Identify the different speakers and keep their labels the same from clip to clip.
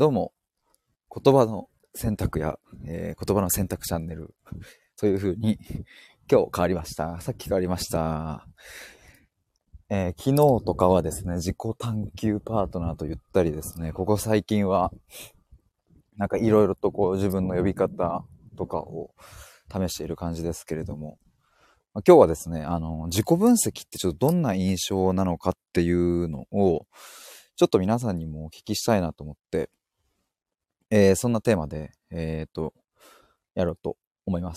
Speaker 1: どうも、言葉の選択や、言葉の選択チャンネル、という風に今日変わりました。さっき変わりました。昨日とかはですね、自己探求パートナーと言ったりですね、ここ最近は、なんかいろいろとこう自分の呼び方とかを試している感じですけれども、今日はですね、自己分析ってちょっとどんな印象なのかっていうのを、ちょっと皆さんにもお聞きしたいなと思って、そんなテーマで、やろうと思います。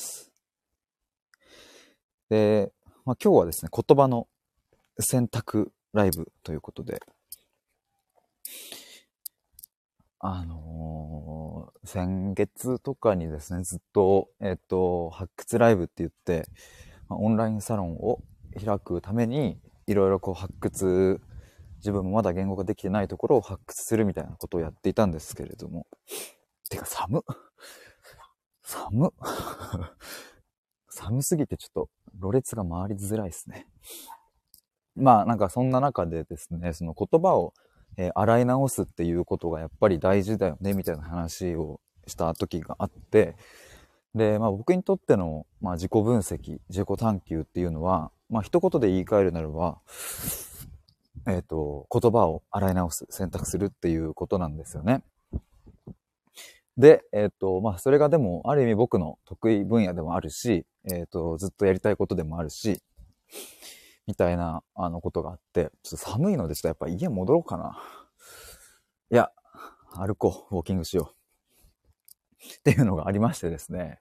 Speaker 1: で、今日はですね、言葉の選択ライブということで、先月とかにですね、ずっと、発掘ライブって言って、オンラインサロンを開くために、いろいろこう発掘、自分もまだ言語ができてないところを発掘するみたいなことをやっていたんですけれども、てか寒すぎてちょっと、ろれつが回りづらいですね。なんかそんな中でですね、その言葉を、洗い直すっていうことがやっぱり大事だよね、みたいな話をした時があって、で、僕にとっての、自己分析、自己探求っていうのは、一言で言い換えるならば、言葉を洗い直す、選択するっていうことなんですよね。で、それがでも、ある意味僕の得意分野でもあるし、ずっとやりたいことでもあるし、みたいな、ことがあって、ちょっと寒いので、ちょっとやっぱ家戻ろうかな。いや、歩こう、ウォーキングしよう。っていうのがありましてですね。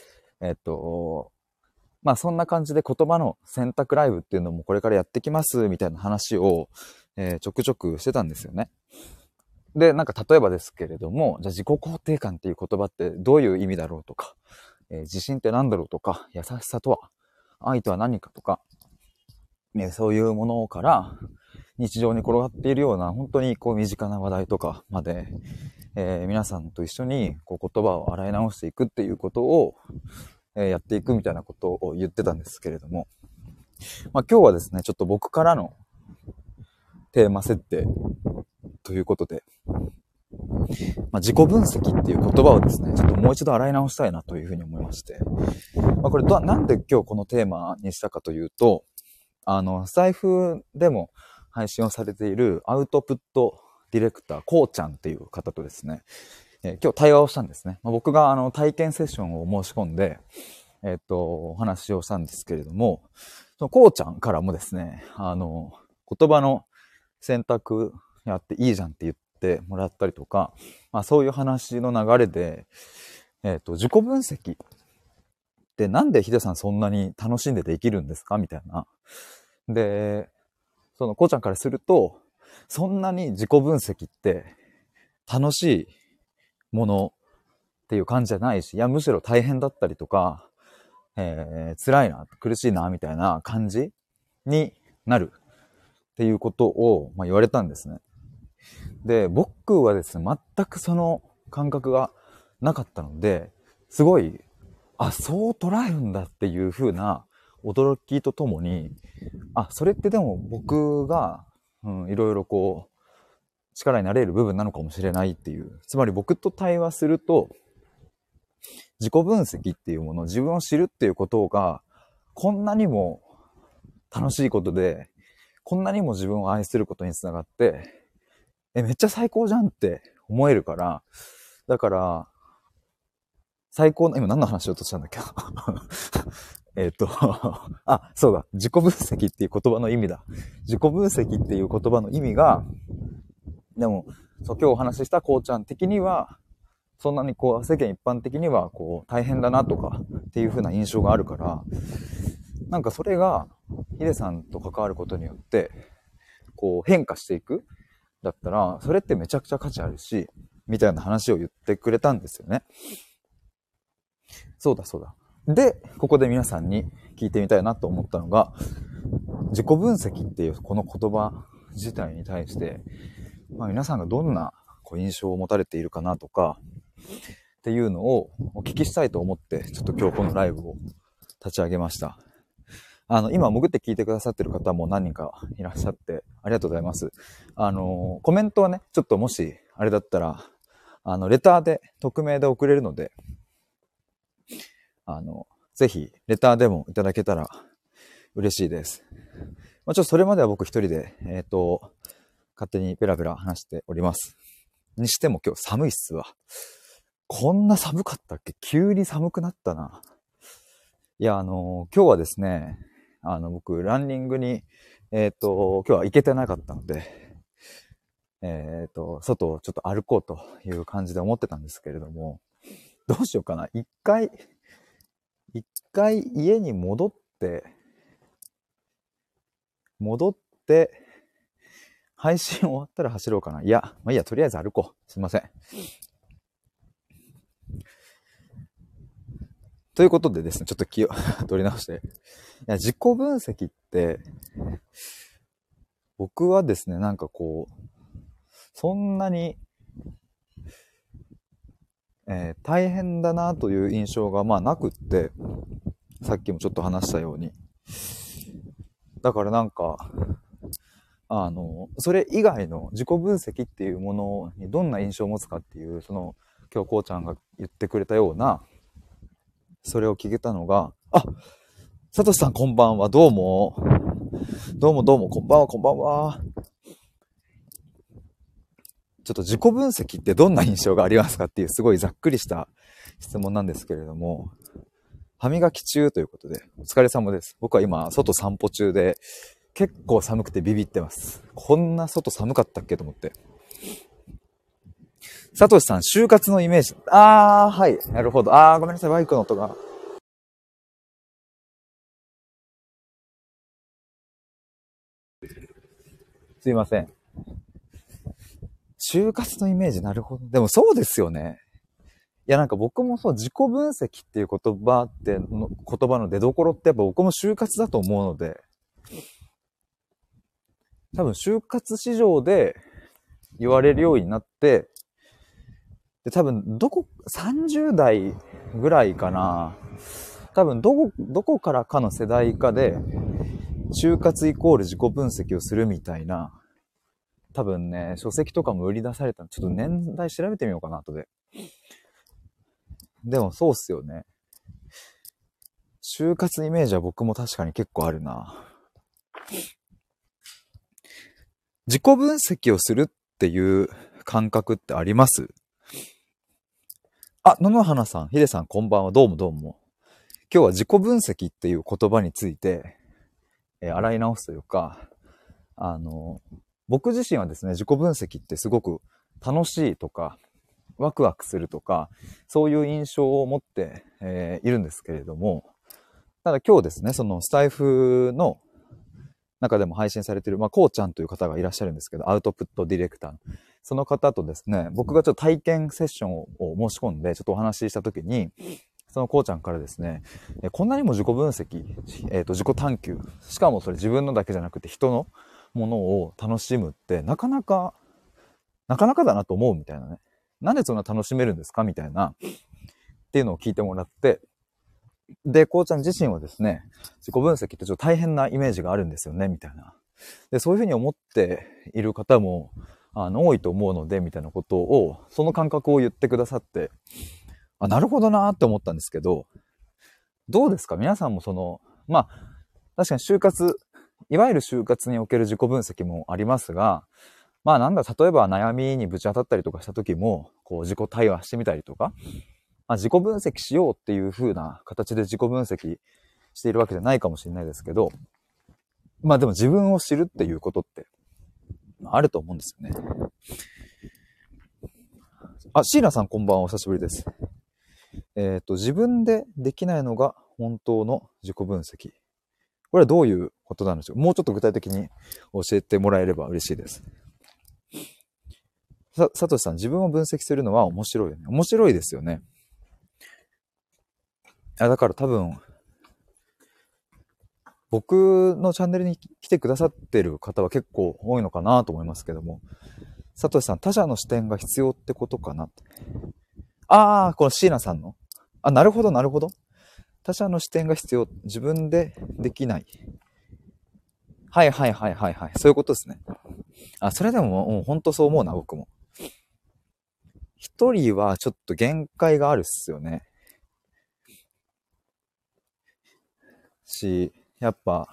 Speaker 1: そんな感じで言葉の選択ライブっていうのもこれからやってきます、みたいな話を、ちょくちょくしてたんですよね。で、なんか例えばですけれども、じゃあ自己肯定感っていう言葉ってどういう意味だろうとか、自信って何だろうとか、優しさとは、愛とは何かとか、そういうものから日常に転がっているような本当にこう身近な話題とかまで、皆さんと一緒にこう言葉を洗い直していくっていうことを、やっていくみたいなことを言ってたんですけれども、今日はですね、ちょっと僕からのテーマ設定ということで、自己分析っていう言葉をですね、ちょっともう一度洗い直したいなというふうに思いまして、これなんで今日このテーマにしたかというと、スタイフでも配信をされているアウトプットディレクター、こうちゃんっていう方とですね、今日対話をしたんですね。僕が体験セッションを申し込んで、お話をしたんですけれども、そのこうちゃんからもですね、言葉の選択やっていいじゃんって言ってもらったりとか、そういう話の流れで、自己分析で、なんでヒデさんそんなに楽しんでできるんですかみたいな。で、そのこうちゃんからすると、そんなに自己分析って楽しいものっていう感じじゃないし、いや、むしろ大変だったりとか、辛いな、苦しいな、みたいな感じになるっていうことを、言われたんですね。で、僕はですね、全くその感覚がなかったので、すごい、そう捉えるんだっていう風な驚きとともに、それってでも僕が、いろいろこう、力になれる部分なのかもしれないっていう。つまり僕と対話すると、自己分析っていうもの、自分を知るっていうことが、こんなにも楽しいことで、こんなにも自分を愛することにつながって、めっちゃ最高じゃんって思えるから、だから、最高の、今何の話しようとしたんだっけそうだ。自己分析っていう言葉の意味だ。自己分析っていう言葉の意味が、でも、今日お話ししたこうちゃん的には、そんなにこう、世間一般的にはこう、大変だなとかっていう風な印象があるから、なんかそれが、ヒデさんと関わることによって、こう、変化していくだったら、それってめちゃくちゃ価値あるし、みたいな話を言ってくれたんですよね。そうだ。で、ここで皆さんに聞いてみたいなと思ったのが、自己分析っていうこの言葉自体に対して、皆さんがどんな印象を持たれているかなとか、っていうのをお聞きしたいと思って、ちょっと今日このライブを立ち上げました。今潜って聞いてくださってる方も何人かいらっしゃって、ありがとうございます。コメントはね、ちょっともし、あれだったら、 レターで、匿名で送れるので、ぜひ、レターでもいただけたら嬉しいです。ちょっとそれまでは僕一人で、勝手にペラペラ話しております。にしても今日寒いっすわ。こんな寒かったっけ？急に寒くなったな。いや、今日はですね、僕、ランニングに、今日は行けてなかったので、外をちょっと歩こうという感じで思ってたんですけれども、どうしようかな。一回家に戻って、配信終わったら走ろうかな。いや、まあいいや、とりあえず歩こう。すいません。ということでですね、ちょっと気を取り直して。いや、自己分析って、僕はですね、なんかこう、そんなに、大変だなという印象がまあなくって、さっきもちょっと話したように。だからなんか、それ以外の自己分析っていうものにどんな印象を持つかっていう、今日こうちゃんが言ってくれたような、それを聞けたのが、さとしさんこんばんは、どうも、こんばんは。ちょっと自己分析ってどんな印象がありますかっていうすごいざっくりした質問なんですけれども、歯磨き中ということで、お疲れ様です。僕は今、外散歩中で、結構寒くてビビってます。こんな外寒かったっけと思って。さとしさん、就活のイメージ。はい。なるほど。ごめんなさい。バイクの音が。すいません。就活のイメージ、なるほど。でもそうですよね。いや、なんか僕もそう、自己分析っていう言葉の出所ってやっぱ僕も就活だと思うので、多分就活市場で言われるようになって、で、多分30代ぐらいかな。多分どこからかの世代かで、就活イコール自己分析をするみたいな、多分ね、書籍とかも売り出された。ちょっと年代調べてみようかな、後で。でもそうっすよね。就活イメージは僕も確かに結構あるな。自己分析をするっていう感覚ってあります？野々花さん、ヒデさん、こんばんは。どうも。今日は自己分析っていう言葉について、洗い直すというか、僕自身はですね、自己分析ってすごく楽しいとか、ワクワクするとか、そういう印象を持って、いるんですけれども、ただ今日ですね、そのスタイフの中でも配信されている、こうちゃんという方がいらっしゃるんですけど、アウトプットディレクター。その方とですね、僕がちょっと体験セッションを申し込んで、ちょっとお話ししたときに、そのこうちゃんからですね、こんなにも自己分析、自己探求、しかもそれ自分のだけじゃなくて人のものを楽しむって、なかなかだなと思うみたいなね。なんでそんな楽しめるんですかみたいな、っていうのを聞いてもらって、で、こうちゃん自身はですね、自己分析ってちょっと大変なイメージがあるんですよね、みたいな。で、そういうふうに思っている方も、多いと思うので、みたいなことを、その感覚を言ってくださって、なるほどなーって思ったんですけど、どうですか皆さんも確かにいわゆる就活における自己分析もありますが、例えば悩みにぶち当たったりとかした時も、こう自己対話してみたりとか、自己分析しようっていう風な形で自己分析しているわけじゃないかもしれないですけど、でも自分を知るっていうことってあると思うんですよね。シーラさんこんばんは、お久しぶりです。自分でできないのが本当の自己分析。これはどういうことなんでしょう？もうちょっと具体的に教えてもらえれば嬉しいです。さとしさん、自分を分析するのは面白いよね。面白いですよね。だから多分、僕のチャンネルに来てくださってる方は結構多いのかなと思いますけども、さとしさん、他者の視点が必要ってことかなって。この椎名さんの。なるほど。他者の視点が必要。自分でできない。はい。そういうことですね。それでも、本当そう思うな、僕も。 一人はちょっと限界があるっすよね。やっぱ、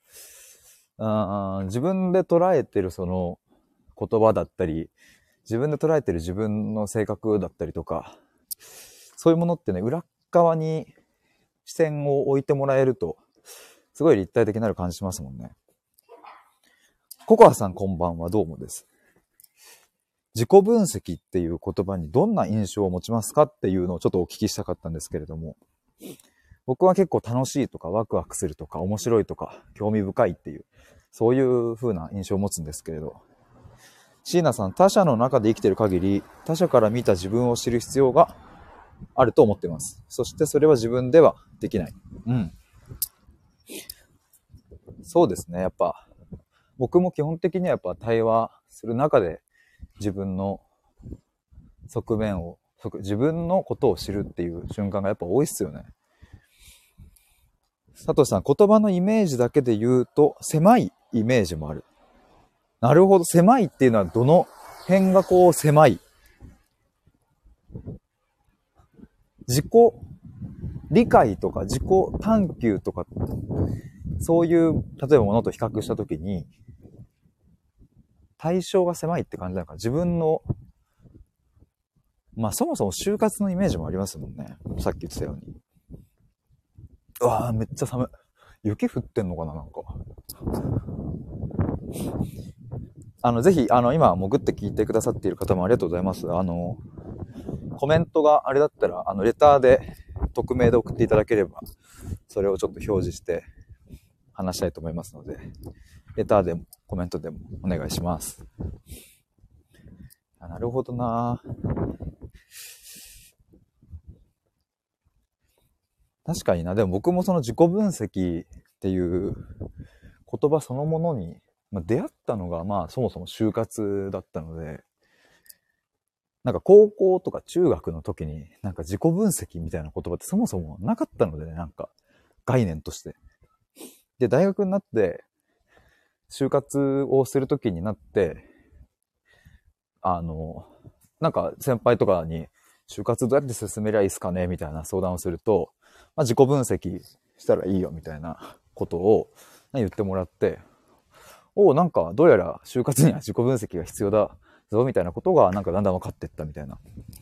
Speaker 1: 自分で捉えてるその言葉だったり、自分で捉えてる自分の性格だったりとか、そういうものってね、裏側に視線を置いてもらえると、すごい立体的になる感じしますもんね。ココアさんこんばんは、どうもです。自己分析っていう言葉にどんな印象を持ちますかっていうのをちょっとお聞きしたかったんですけれども、僕は結構楽しいとかワクワクするとか面白いとか興味深いっていう、そういう風な印象を持つんですけれど、椎名さん、他者の中で生きている限り、他者から見た自分を知る必要があると思っています。そしてそれは自分ではできない。うん。そうですね。やっぱ、僕も基本的にはやっぱ対話する中で自分の側面を、自分のことを知るっていう瞬間がやっぱ多いっすよね。佐藤さん、言葉のイメージだけで言うと、狭いイメージもある。なるほど。狭いっていうのはどの辺がこう狭い？自己理解とか自己探求とか、そういう例えばものと比較したときに対象が狭いって感じなのか。自分の、まあそもそも就活のイメージもありますもんね。さっき言ってたように。うわー、めっちゃ寒い。雪降ってんのかな、なんか。ぜひ、今、潜って聞いてくださっている方もありがとうございます。コメントがあれだったら、レターで、匿名で送っていただければ、それをちょっと表示して話したいと思いますので、レターでもコメントでもお願いします。なるほどな。確かにな。でも僕もその自己分析っていう言葉そのものに、出会ったのがそもそも就活だったので、なんか高校とか中学の時になんか自己分析みたいな言葉ってそもそもなかったのでね、なんか概念として。で、大学になって就活をする時になって、なんか先輩とかに就活どうやって進めりゃいいですかねみたいな相談をすると、自己分析したらいいよみたいなことを言ってもらって、なんかどうやら就活には自己分析が必要だぞみたいなことがなんかだんだん分かっていったみたいな。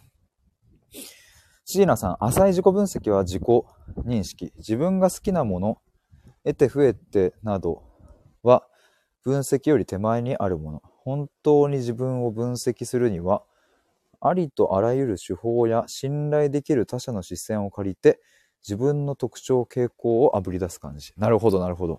Speaker 1: 椎名さん、浅い自己分析は自己認識。自分が好きなもの、得て増えてなどは分析より手前にあるもの。本当に自分を分析するには、ありとあらゆる手法や信頼できる他者の視線を借りて、自分の特徴、傾向をあぶり出す感じ。なるほど、なるほど。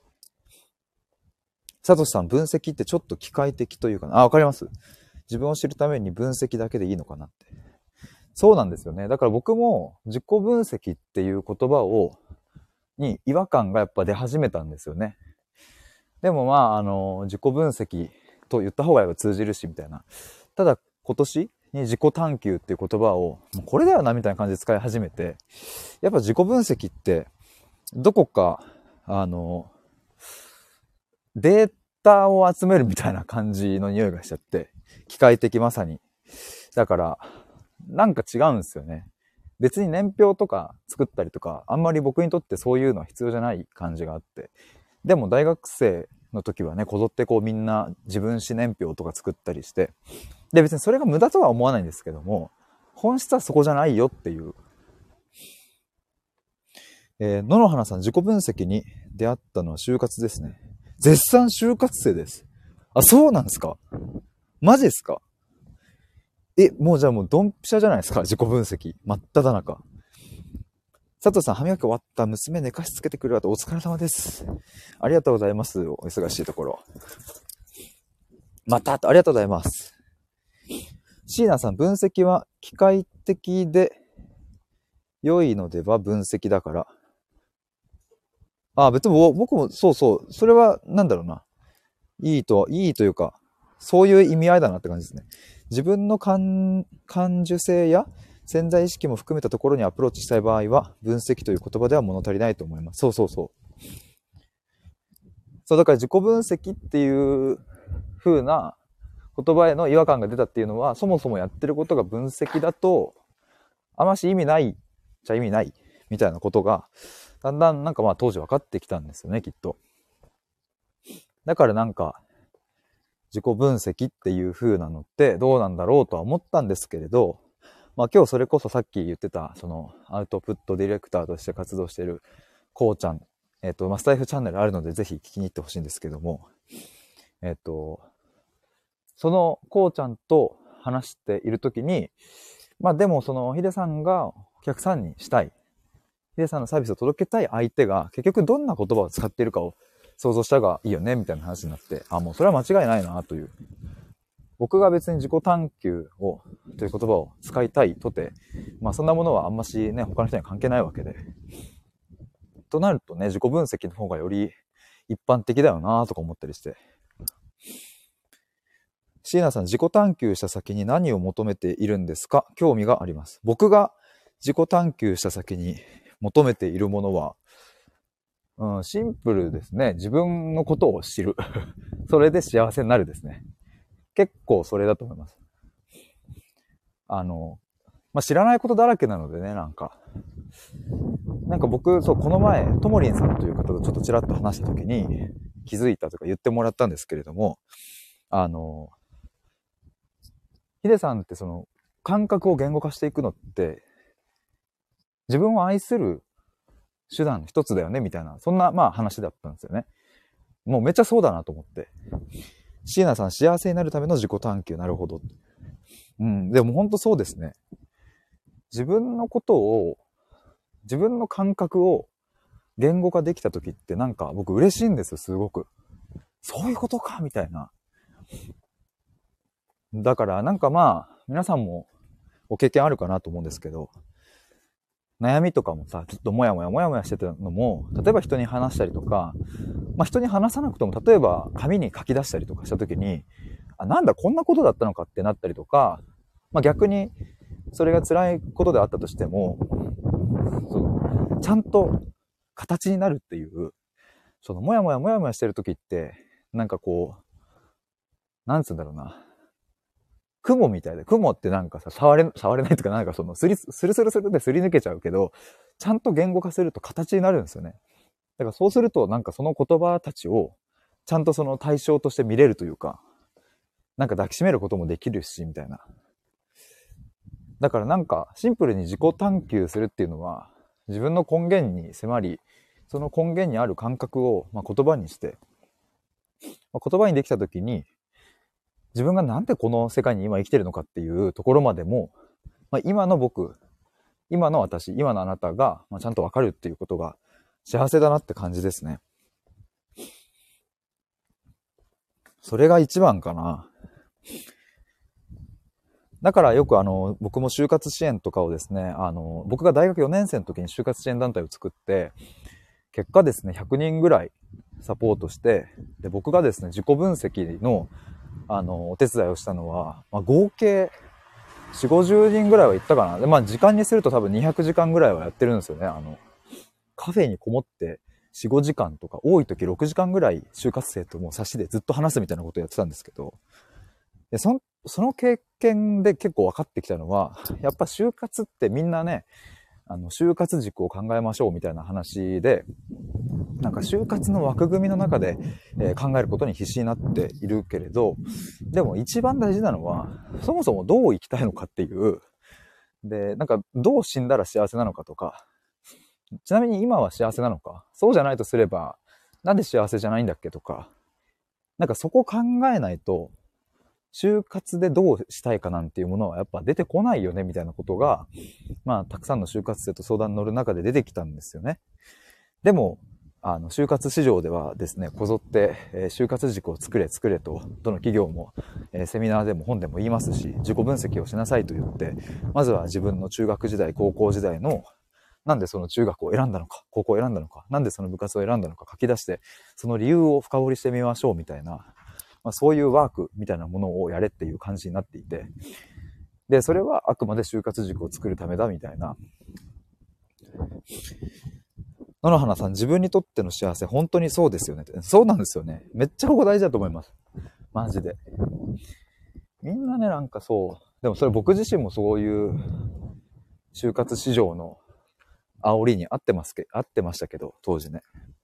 Speaker 1: サトシさん、分析ってちょっと機械的というかな。わかります。自分を知るために分析だけでいいのかなって。そうなんですよね。だから僕も自己分析っていう言葉に違和感がやっぱ出始めたんですよね。でも自己分析と言った方がやっぱ通じるし、みたいな。ただ今年に自己探求っていう言葉を、これだよなみたいな感じで使い始めて、やっぱ自己分析って、どこか、データを集めるみたいな感じの匂いがしちゃって、機械的まさに。だから、なんか違うんですよね。別に年表とか作ったりとか、あんまり僕にとってそういうのは必要じゃない感じがあって。でも大学生の時はね、こぞってこうみんな自分史年表とか作ったりして、で別にそれが無駄とは思わないんですけども、本質はそこじゃないよっていう。野々花さん、自己分析に出会ったのは就活ですね。絶賛就活生です。あ、そうなんですか？マジですか？もうじゃあもうドンピシャじゃないですか、自己分析。真っ只中。佐藤さん、歯磨き終わった。娘寝かしつけてくるわと、お疲れ様です。ありがとうございます。お忙しいところ。また、ありがとうございます。椎名さん、分析は機械的で良いのでは分析だから。別に僕もそうそう。それはなんだろうな。いいというか、そういう意味合いだなって感じですね。自分の感受性や潜在意識も含めたところにアプローチしたい場合は、分析という言葉では物足りないと思います。そう。そう、だから自己分析っていう風な言葉への違和感が出たっていうのは、そもそもやってることが分析だと、あまし意味ないじゃ意味ないみたいなことが、だんだんなんかまあ当時分かってきたんですよね、きっと。だからなんか、自己分析っていう風なのってどうなんだろうとは思ったんですけれど、まあ今日それこそさっき言ってた、そのアウトプットディレクターとして活動しているこうちゃん、スタイフチャンネルあるのでぜひ聞きに行ってほしいんですけども、そのこうちゃんと話しているときに、まあでもそのヒデさんがお客さんにしたい、ヒデさんのサービスを届けたい相手が結局どんな言葉を使っているかを想像した方がいいよねみたいな話になって、もうそれは間違いないなという。僕が別に自己探求をという言葉を使いたいとて、まあそんなものはあんましね、他の人には関係ないわけで。となるとね、自己分析の方がより一般的だよなとか思ったりして。椎名さん、自己探求した先に何を求めているんですか？興味があります。僕が自己探求した先に求めているものは、シンプルですね。自分のことを知る。それで幸せになるですね。結構それだと思います。知らないことだらけなのでね、なんか僕、そう、この前、ともりんさんという方とちょっとちらっと話したときに気づいたとか言ってもらったんですけれども、ヒデさんってその感覚を言語化していくのって、自分を愛する手段の一つだよね、みたいな、そんな話だったんですよね。もうめっちゃそうだなと思って。椎名さん、幸せになるための自己探求、なるほど。でも本当そうですね。自分のことを、自分の感覚を言語化できた時ってなんか僕嬉しいんですよ、すごく。そういうことかみたいな。だからなんか皆さんもご経験あるかなと思うんですけど、悩みとかもさ、ずっともやもやしてたのも、例えば人に話したりとか、人に話さなくても、例えば紙に書き出したりとかした時に、なんだこんなことだったのかってなったりとか、逆にそれが辛いことであったとしても、ちゃんと形になるっていう、そのもやもやしてる時って、なんかこう、なんつうんだろうな。雲みたいで、雲ってなんかさ、触れないとか、なんかそのスルですり抜けちゃうけど、ちゃんと言語化すると形になるんですよね。だからそうすると、なんかその言葉たちを、ちゃんとその対象として見れるというか、なんか抱きしめることもできるし、みたいな。だからなんか、シンプルに自己探求するっていうのは、自分の根源に迫り、その根源にある感覚を、言葉にして、言葉にできたときに、自分がなんでこの世界に今生きてるのかっていうところまでも、今の僕、今の私、今のあなたが、ちゃんとわかるっていうことが幸せだなって感じですね。それが一番かな。だからよく僕も就活支援とかをですね、僕が大学4年生の時に就活支援団体を作って、結果ですね、100人ぐらいサポートして、で、僕がですね、自己分析のお手伝いをしたのは、合計4、50人ぐらいは行ったかな。で、時間にすると多分200時間ぐらいはやってるんですよね。カフェにこもって4、5時間とか、多い時6時間ぐらい就活生ともう差しでずっと話すみたいなことをやってたんですけど、で、その経験で結構分かってきたのは、やっぱ就活ってみんなね、就活軸を考えましょうみたいな話で、なんか就活の枠組みの中で、考えることに必死になっているけれど、でも一番大事なのは、そもそもどう生きたいのかっていう、で、なんかどう死んだら幸せなのかとか、ちなみに今は幸せなのか、そうじゃないとすれば、なんで幸せじゃないんだっけとか、なんかそこ考えないと、就活でどうしたいかなんていうものはやっぱ出てこないよねみたいなことが、たくさんの就活生と相談に乗る中で出てきたんですよね。でも、就活市場ではですね、こぞって、就活軸を作れと、どの企業も、セミナーでも本でも言いますし、自己分析をしなさいと言って、まずは自分の中学時代、高校時代の、なんでその中学を選んだのか、高校を選んだのか、なんでその部活を選んだのか書き出して、その理由を深掘りしてみましょうみたいな、そういうワークみたいなものをやれっていう感じになっていて、で、それはあくまで就活軸を作るためだみたいな。野々花さん、自分にとっての幸せ、本当にそうですよね。そうなんですよね。めっちゃここ大事だと思います。マジで。 みんなね、なんかそう。でもそれ僕自身もそういう就活市場の煽りに合ってましたけど、当時ね。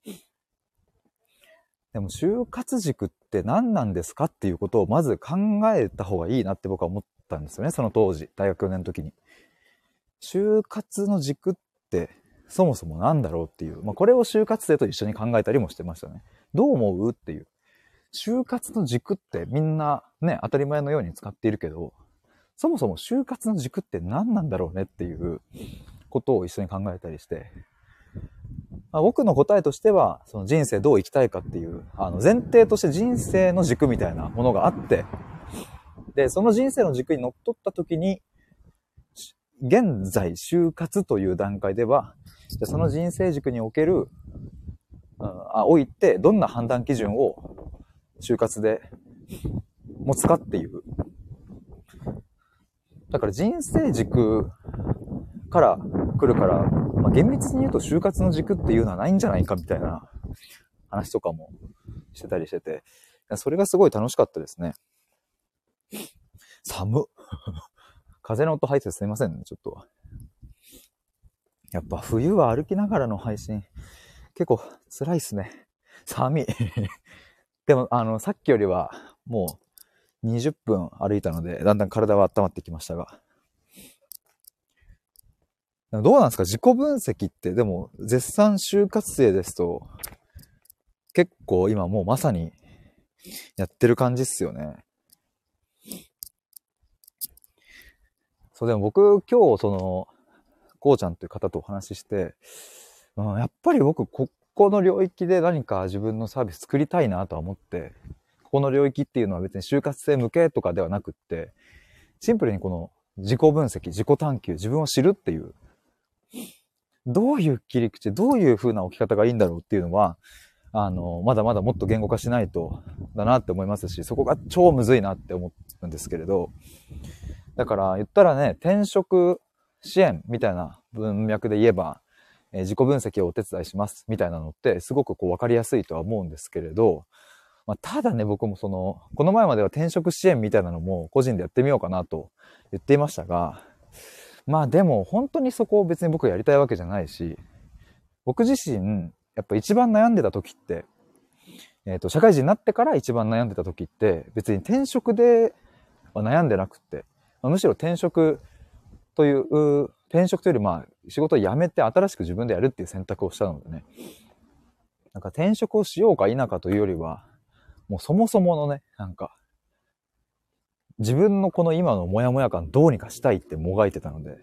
Speaker 1: でも就活軸って何なんですかっていうことをまず考えた方がいいなって僕は思ったんですよね、その当時、大学4年の時に。就活の軸ってそもそもなんだろうっていう、これを就活生と一緒に考えたりもしてましたね。どう思うっていう。就活の軸ってみんなね、当たり前のように使っているけど、そもそも就活の軸って何なんだろうねっていうことを一緒に考えたりして、僕の答えとしては、その人生どう生きたいかっていう、前提として人生の軸みたいなものがあって、で、その人生の軸にのっとった時に、現在就活という段階では、じゃその人生軸における、おいてどんな判断基準を就活で持つかっていう。だから人生軸から来るから、厳密に言うと就活の軸っていうのはないんじゃないかみたいな話とかもしてたりしてて、それがすごい楽しかったですね。寒っ。風の音入ってすいませんね、ちょっと。やっぱ冬は歩きながらの配信、結構辛いっすね。寒い。でも、さっきよりはもう20分歩いたので、だんだん体は温まってきましたが。どうなんですか？自己分析って、でも、絶賛就活生ですと、結構今もうまさにやってる感じっすよね。そう、でも僕今日こうちゃんという方とお話しして、やっぱり僕ここの領域で何か自分のサービス作りたいなとは思って、ここの領域っていうのは別に就活生向けとかではなくって、シンプルにこの自己分析、自己探求、自分を知るっていう、どういう切り口、どういう風な置き方がいいんだろうっていうのは、まだまだもっと言語化しないとだなって思いますし、そこが超むずいなって思うんですけれど、だから言ったらね、転職支援みたいな文脈で言えば、自己分析をお手伝いしますみたいなのってすごくこう分かりやすいとは思うんですけれど、ただね、僕もこの前までは転職支援みたいなのも個人でやってみようかなと言っていましたが、でも本当にそこを別に僕やりたいわけじゃないし、僕自身やっぱ一番悩んでた時って、社会人になってから一番悩んでた時って別に転職では悩んでなくって、むしろ転職というより仕事を辞めて新しく自分でやるっていう選択をしたのでね、なんか転職をしようか否かというよりは、もうそもそものね、なんか自分のこの今のモヤモヤ感どうにかしたいってもがいてたので、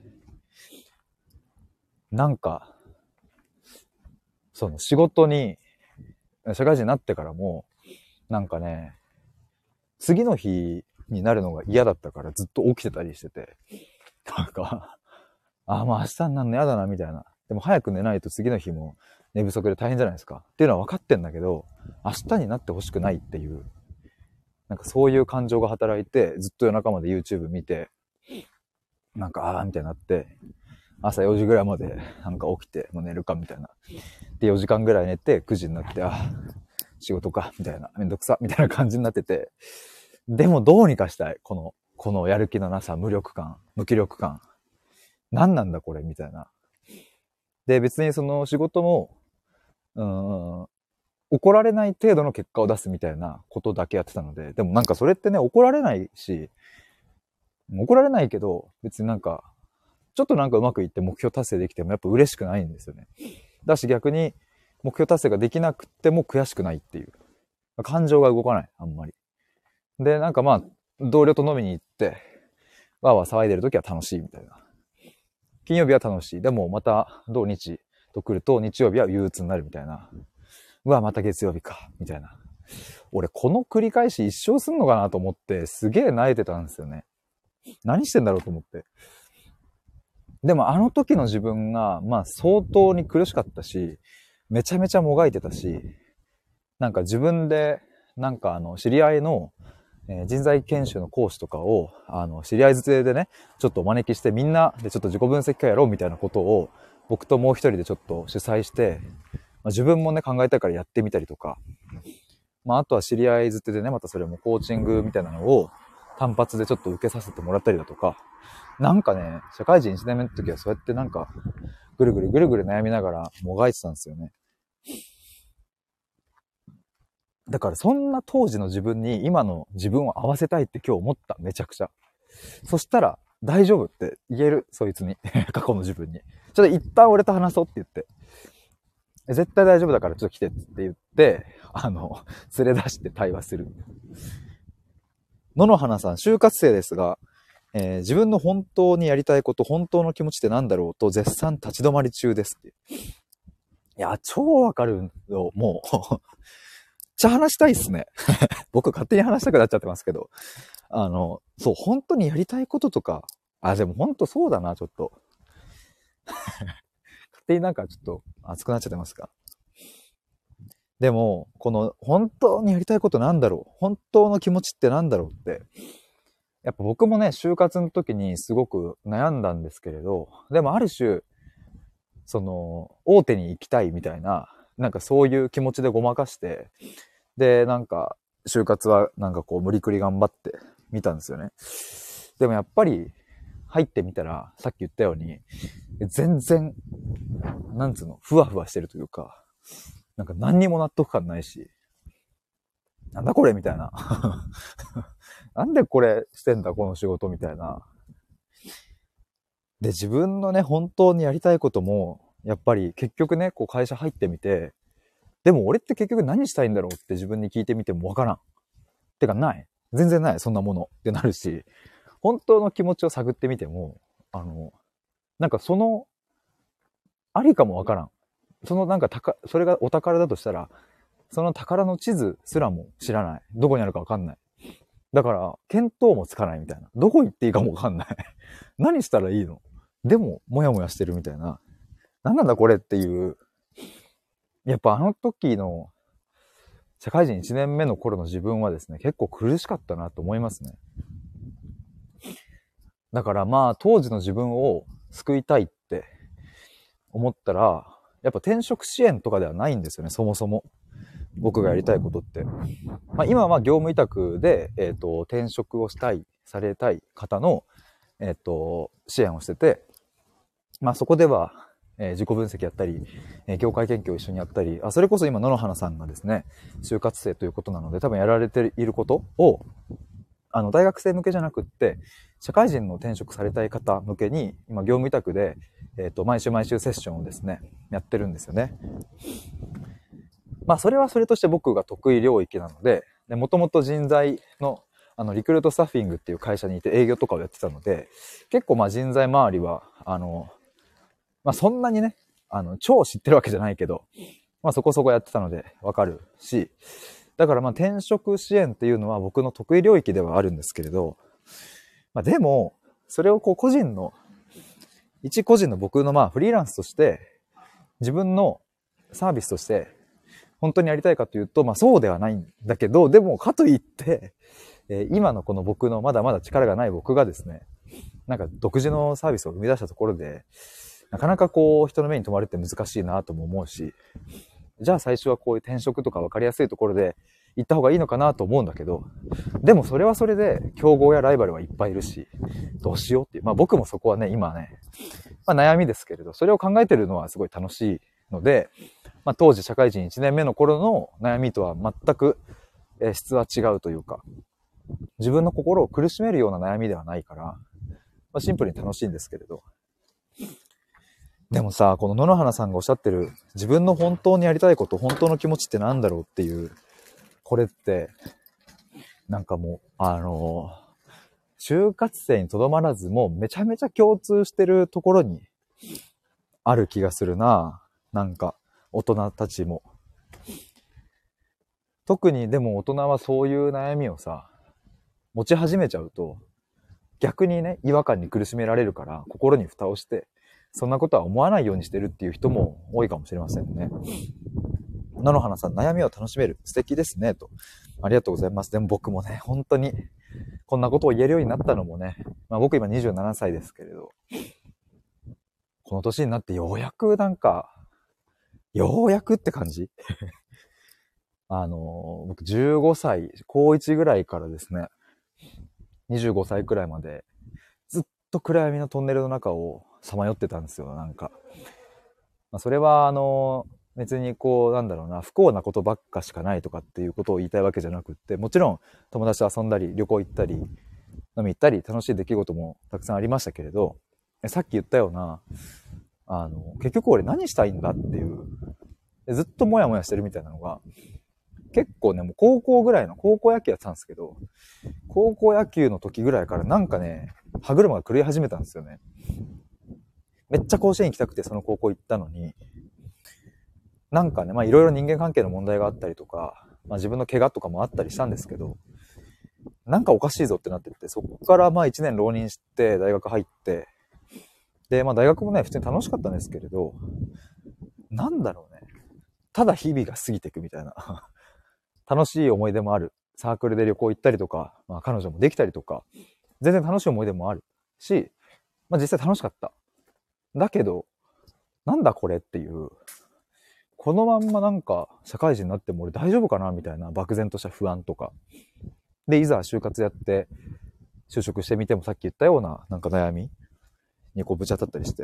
Speaker 1: なんかその仕事に社会人になってからもなんかね、次の日になるのが嫌だったからずっと起きてたりしてて、なんか明日になるの嫌だなみたいな。でも早く寝ないと次の日も寝不足で大変じゃないですかっていうのは分かってんだけど、明日になってほしくないっていう、なんかそういう感情が働いて、ずっと夜中まで YouTube 見て、なんかみたいになって、朝4時ぐらいまでなんか起きて、もう寝るかみたいな。で、4時間ぐらい寝て9時になって、仕事かみたいな、めんどくさみたいな感じになってて、でもどうにかしたい。このやる気のなさ、無力感、無気力感。何なんだこれみたいな。で、別にその仕事も、怒られない程度の結果を出すみたいなことだけやってたので、でもなんかそれってね、怒られないし、怒られないけど、別になんか、ちょっとなんかうまくいって目標達成できてもやっぱ嬉しくないんですよね。だし逆に目標達成ができなくても悔しくないっていう。感情が動かない、あんまり。で、なんか同僚と飲みに行って、わーわー騒いでる時は楽しいみたいな。金曜日は楽しい。でもまた土日と来ると日曜日は憂鬱になるみたいな。また月曜日か、みたいな。俺この繰り返し一生すんのかなと思ってすげえ萎えてたんですよね。何してんだろうと思って。でもあの時の自分が相当に苦しかったし、めちゃめちゃもがいてたし、なんか自分でなんか知り合いの人材研修の講師とかを知り合いづてでね、ちょっとお招きしてみんなでちょっと自己分析会やろうみたいなことを僕ともう一人でちょっと主催して、自分もね考えたいからやってみたりとか、あとは知り合いづてでね、またそれもコーチングみたいなのを単発でちょっと受けさせてもらったりだとか、なんかね、社会人1年目の時はそうやってなんか、ぐるぐるぐるぐる悩みながらもがいてたんですよね。だからそんな当時の自分に今の自分を合わせたいって今日思った。めちゃくちゃ。そしたら、大丈夫って言える、そいつに。過去の自分に。ちょっと一旦俺と話そうって言って。絶対大丈夫だからちょっと来てって言って、連れ出して対話する。野々花さん、就活生ですが、自分の本当にやりたいこと、本当の気持ちって何だろうと絶賛立ち止まり中ですって。いや、超わかるよ、もう。めっちゃ話したいっすね。僕勝手に話したくなっちゃってますけど。そう、本当にやりたいこととか、でも本当そうだな、ちょっと。勝手になんかちょっと熱くなっちゃってますか。でも、この本当にやりたいことなんだろう、本当の気持ちってなんだろうって、やっぱ僕もね、就活の時にすごく悩んだんですけれど、でもある種、大手に行きたいみたいな、なんかそういう気持ちでごまかして、で、なんか、就活はなんかこう無理くり頑張ってみたんですよね。でもやっぱり、入ってみたら、さっき言ったように、全然、なんつうの、ふわふわしてるというか、なんか何にも納得感ないし、なんだこれみたいな。なんでこれしてんだこの仕事みたいな。で、自分のね、本当にやりたいことも、やっぱり結局ね、こう会社入ってみて、でも俺って結局何したいんだろうって自分に聞いてみてもわからん。てかない。全然ない、そんなものってなるし、本当の気持ちを探ってみても、なんかありかもわからん。なんかそれがお宝だとしたら、その宝の地図すらも知らない。どこにあるかわかんない。だから、見当もつかないみたいな。どこ行っていいかもわかんない。何したらいいの？でも、もやもやしてるみたいな。何なんだこれっていう。やっぱあの時の、社会人1年目の頃の自分はですね、結構苦しかったなと思いますね。だからまあ、当時の自分を救いたいって思ったら、やっぱ転職支援とかではないんですよね、そもそも。僕がやりたいことって。まあ、今は業務委託で、転職をされたい方の、支援をしてて、まあ、そこでは、自己分析やったり、業界研究を一緒にやったり、それこそ今野々花さんがですね、就活生ということなので、多分やられていることを、大学生向けじゃなくって、社会人の転職されたい方向けに、今業務委託で、毎週毎週セッションをですね、やってるんですよね。まあ、それはそれとして僕が得意領域なので、もともと人材の、リクルートスタッフィングっていう会社にいて営業とかをやってたので、結構まあ人材周りは、まあそんなにね、超知ってるわけじゃないけど、まあそこそこやってたのでわかるし、だからまあ転職支援っていうのは僕の得意領域ではあるんですけれど、まあでも、それをこう一個人の僕のまあフリーランスとして、自分のサービスとして、本当にやりたいかというと、まあそうではないんだけど、でもかといって、今のこの僕のまだまだ力がない僕がですね、なんか独自のサービスを生み出したところで、なかなかこう人の目に留まるって難しいなとも思うし、じゃあ最初はこういう転職とか分かりやすいところで行った方がいいのかなと思うんだけど、でもそれはそれで競合やライバルはいっぱいいるし、どうしようっていう、まあ僕もそこはね、今ね、まあ悩みですけれど、それを考えてるのはすごい楽しいので、まあ当時社会人1年目の頃の悩みとは全く質は違うというか、自分の心を苦しめるような悩みではないから、まあ、シンプルに楽しいんですけれど。でもさ、この野々花さんがおっしゃってる自分の本当にやりたいこと、本当の気持ちってなんだろうっていう、これって、なんかもう、就活生にとどまらず、もうめちゃめちゃ共通してるところにある気がするな。なんか、大人たちも。特にでも大人はそういう悩みをさ、持ち始めちゃうと、逆にね、違和感に苦しめられるから、心に蓋をして、そんなことは思わないようにしてるっていう人も多いかもしれませんね。野々花さん、悩みを楽しめる。素敵ですね。と。ありがとうございます。でも僕もね、本当に、こんなことを言えるようになったのもね、まあ僕今27歳ですけれど、この年になってようやくようやくって感じ僕15歳、高1ぐらいからですね、 25歳くらいまでずっと暗闇のトンネルの中をさまよってたんですよ、なんか。それは別にこうなんだろうな、不幸なことばっかしかないとかっていうことを言いたいわけじゃなくって、もちろん友達と遊んだり旅行行ったり飲み行ったり楽しい出来事もたくさんありましたけれど、さっき言ったような結局俺何したいんだっていう、ずっとモヤモヤしてるみたいなのが結構ね、もう高校野球やってたんですけど、高校野球の時ぐらいからなんかね、歯車が狂い始めたんですよね。めっちゃ甲子園行きたくてその高校行ったのに、なんかね、いろいろ人間関係の問題があったりとか、自分の怪我とかもあったりしたんですけど、なんかおかしいぞってなってって、そこから1年浪人して大学入って、で、大学もね、普通に楽しかったんですけれど、なんだろうね。ただ日々が過ぎていくみたいな。楽しい思い出もある。サークルで旅行行ったりとか、彼女もできたりとか、全然楽しい思い出もあるし、実際楽しかった。だけど、なんだこれっていう、このまんまなんか社会人になっても俺大丈夫かなみたいな漠然とした不安とか。で、いざ就活やって就職してみてもさっき言ったようななんか悩みにこうぶち当たったりして。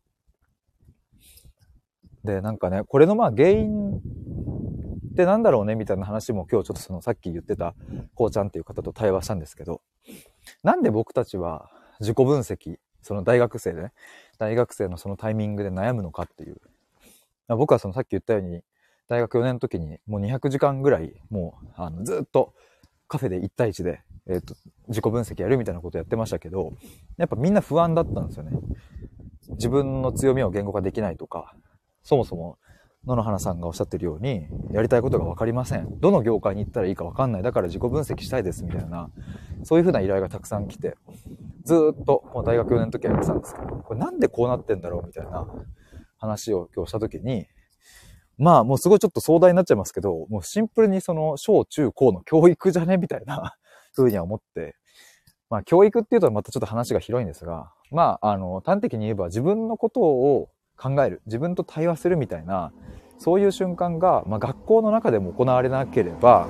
Speaker 1: で、なんかね、これの原因ってなんだろうねみたいな話も今日ちょっとそのさっき言ってたこうちゃんっていう方と対話したんですけど、なんで僕たちは自己分析、その大学生のそのタイミングで悩むのかっていう。僕はそのさっき言ったように大学4年の時にもう200時間ぐらいもうずっとカフェで1対1で、自己分析やるみたいなことやってましたけど、やっぱみんな不安だったんですよね。自分の強みを言語化できないとか、そもそも野々花さんがおっしゃってるようにやりたいことが分かりません、どの業界に行ったらいいか分かんない、だから自己分析したいですみたいな、そういう風な依頼がたくさん来て、ずっともう大学4年の時はやってたんですけど、これなんでこうなってんだろうみたいな話を今日した時に、もうすごいちょっと壮大になっちゃいますけど、もうシンプルにその小中高の教育じゃねみたいな風には思って、教育っていうとまたちょっと話が広いんですが、端的に言えば自分のことを考える、自分と対話するみたいな、そういう瞬間が、学校の中でも行われなければ、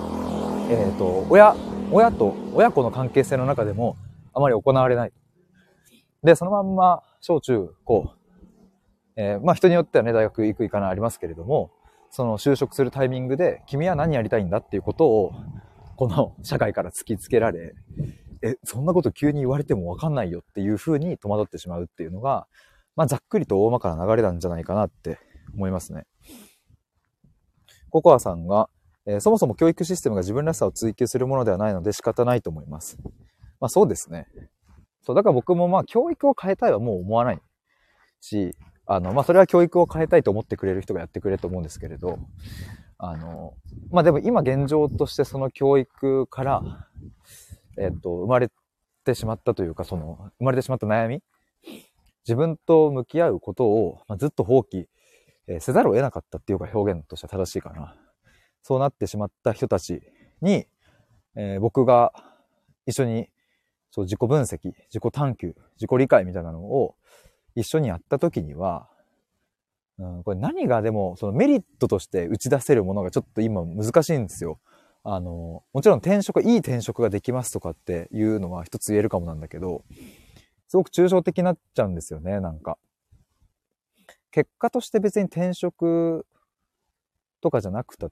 Speaker 1: 親子の関係性の中でもあまり行われない。で、そのまんま小中高、人によってはね、大学行く行かないありますけれども、その就職するタイミングで君は何やりたいんだっていうことをこの社会から突きつけられ、そんなこと急に言われても分かんないよっていう風に戸惑ってしまうっていうのが、ざっくりと大まかな流れなんじゃないかなって思いますね。ココアさんが、そもそも教育システムが自分らしさを追求するものではないので仕方ないと思います。そうですね。だから僕も教育を変えたいはもう思わないし、それは教育を変えたいと思ってくれる人がやってくれると思うんですけれど、でも今現状としてその教育から、生まれてしまったというか、生まれてしまった悩み、自分と向き合うことを、ずっと放棄、せざるを得なかったっていうか表現としては正しいかな。そうなってしまった人たちに、僕が一緒に自己分析、自己探求、自己理解みたいなのを一緒にやった時には、これ何がでもそのメリットとして打ち出せるものがちょっと今難しいんですよ。もちろんいい転職ができますとかっていうのは一つ言えるかもなんだけど、すごく抽象的になっちゃうんですよね、なんか。結果として別に転職とかじゃなくたって、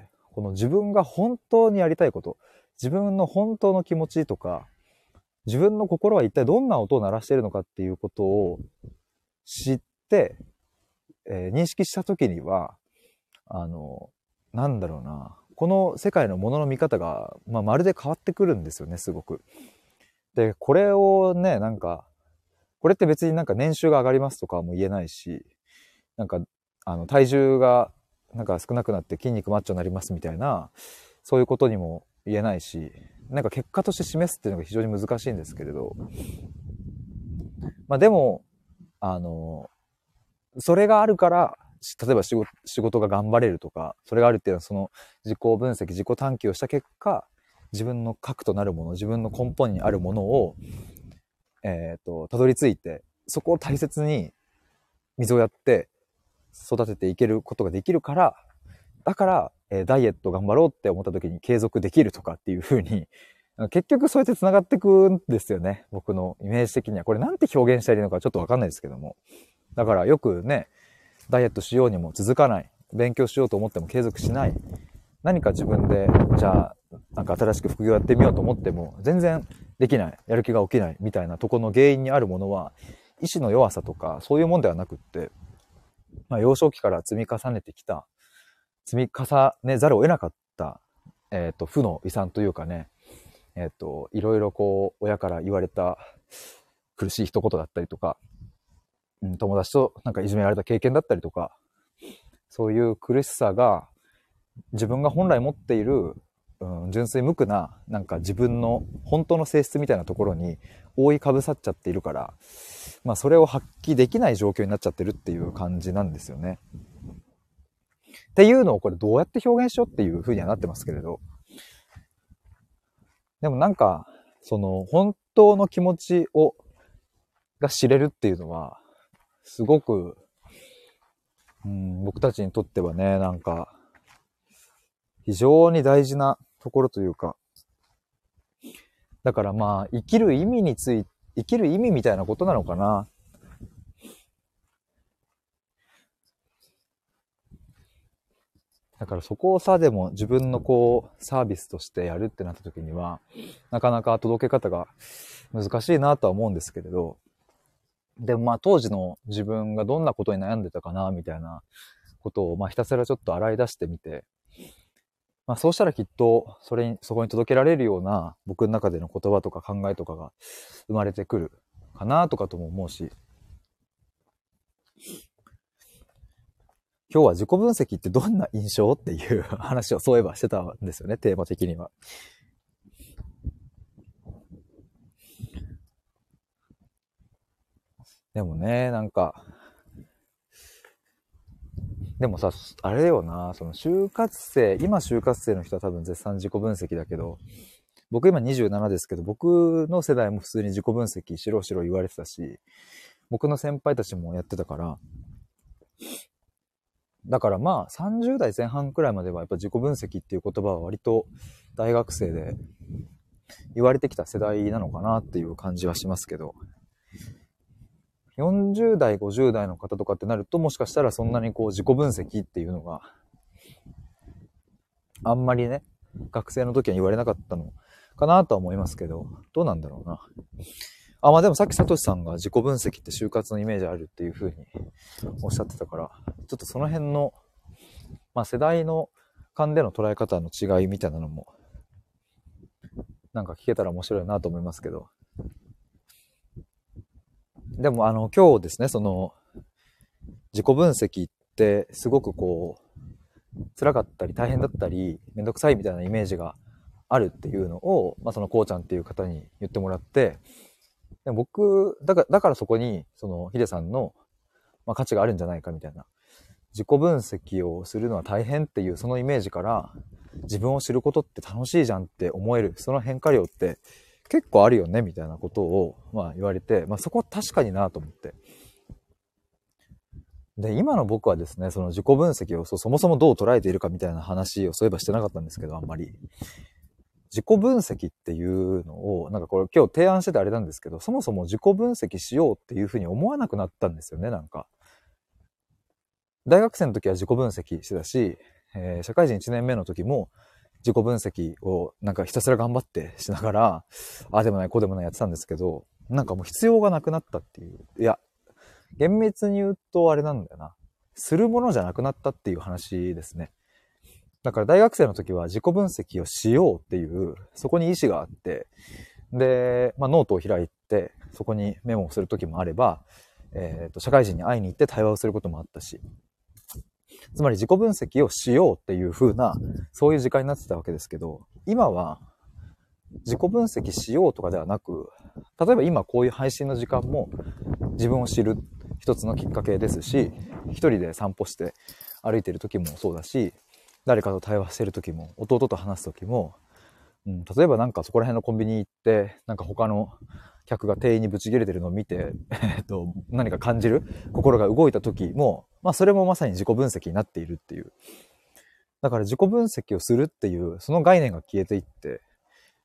Speaker 1: この自分が本当にやりたいこと、自分の本当の気持ちとか、自分の心は一体どんな音を鳴らしているのかっていうことを知って、認識したときには、なんだろうな、この世界のものの見方が、まるで変わってくるんですよね、すごく。で、これをね、これって別に年収が上がりますとかも言えないし、体重が少なくなって筋肉マッチョになりますみたいな、そういうことにも言えないし、結果として示すっていうのが非常に難しいんですけれど、でも、それがあるから、例えば仕事が頑張れるとか、それがあるっていうのはその自己分析、自己探求をした結果、自分の核となるもの、自分の根本にあるものを、たどり着いて、そこを大切に水をやって育てていけることができるから、だから、ダイエット頑張ろうって思った時に継続できるとかっていう風に結局そうやって繋がってくんですよね。僕のイメージ的には。これなんて表現したらいいのかちょっとわかんないですけども。だからよくね、ダイエットしようにも続かない。勉強しようと思っても継続しない。何か自分で、じゃあ、なんか新しく副業やってみようと思っても、全然できない。やる気が起きない。みたいなとこの原因にあるものは、意志の弱さとか、そういうもんではなくって、幼少期から積み重ねてきた、積み重ねざるを得なかった、負の遺産というかね、いろいろこう、親から言われた苦しい一言だったりとか、友達となんかいじめられた経験だったりとか、そういう苦しさが自分が本来持っている、純粋無垢ななんか自分の本当の性質みたいなところに覆いかぶさっちゃっているから、それを発揮できない状況になっちゃってるっていう感じなんですよね。っていうのをこれどうやって表現しようっていう風にはなってますけれど、でもなんかその本当の気持ちが知れるっていうのはすごく、僕たちにとってはね、なんか非常に大事なところというか、だから生きる意味みたいなことなのかな。だからそこをさ、でも自分のこうサービスとしてやるってなった時には、なかなか届け方が難しいなとは思うんですけれど、でも当時の自分がどんなことに悩んでたかなみたいなことをひたすらちょっと洗い出してみて、そうしたらきっとそこに届けられるような僕の中での言葉とか考えとかが生まれてくるかなとかとも思うし、今日は自己分析ってどんな印象っていう話をそういえばしてたんですよね、テーマ的には。でもね、なんか、でもさ、あれだよな、その今就活生の人は多分絶賛自己分析だけど、僕今27ですけど、僕の世代も普通に自己分析しろしろ言われてたし、僕の先輩たちもやってたから、だから30代前半くらいまではやっぱ自己分析っていう言葉は割と大学生で言われてきた世代なのかなっていう感じはしますけど、40代、50代の方とかってなると、もしかしたらそんなにこう自己分析っていうのがあんまりね、学生の時は言われなかったのかなとは思いますけど、どうなんだろうな。でもさっきサトシさんが自己分析って就活のイメージあるっていう風におっしゃってたから、ちょっとその辺の、世代の間での捉え方の違いみたいなのも、なんか聞けたら面白いなと思いますけど。でも今日ですね、その、自己分析ってすごくこう、辛かったり大変だったり、めんどくさいみたいなイメージがあるっていうのを、そのこうちゃんっていう方に言ってもらって、で僕、だからそこに、そのヒデさんの、価値があるんじゃないかみたいな。自己分析をするのは大変っていうそのイメージから、自分を知ることって楽しいじゃんって思える、その変化量って結構あるよねみたいなことを言われて、そこは確かになと思って。で、今の僕はですね、その自己分析をそもそもどう捉えているかみたいな話をそういえばしてなかったんですけど、あんまり。自己分析っていうのを、なんかこれ今日提案しててあれなんですけど、そもそも自己分析しようっていうふうに思わなくなったんですよね、なんか。大学生の時は自己分析してたし、社会人1年目の時も自己分析をなんかひたすら頑張ってしながら、あでもないこうでもないやってたんですけど、なんかもう必要がなくなったっていう。いや、厳密に言うとあれなんだよな。するものじゃなくなったっていう話ですね。だから大学生の時は自己分析をしようっていう、そこに意志があって、で、ノートを開いて、そこにメモをする時もあれば、社会人に会いに行って対話をすることもあったし、つまり自己分析をしようっていう風な、そういう時間になってたわけですけど、今は自己分析しようとかではなく、例えば今こういう配信の時間も自分を知る一つのきっかけですし、一人で散歩して歩いてる時もそうだし、誰かと対話してる時も、弟と話す時も、例えばなんかそこら辺のコンビニ行って、なんか他の客が店員にブチ切れてるのを見て、何か感じる心が動いた時も、それもまさに自己分析になっているっていう。だから自己分析をするっていう、その概念が消えていって、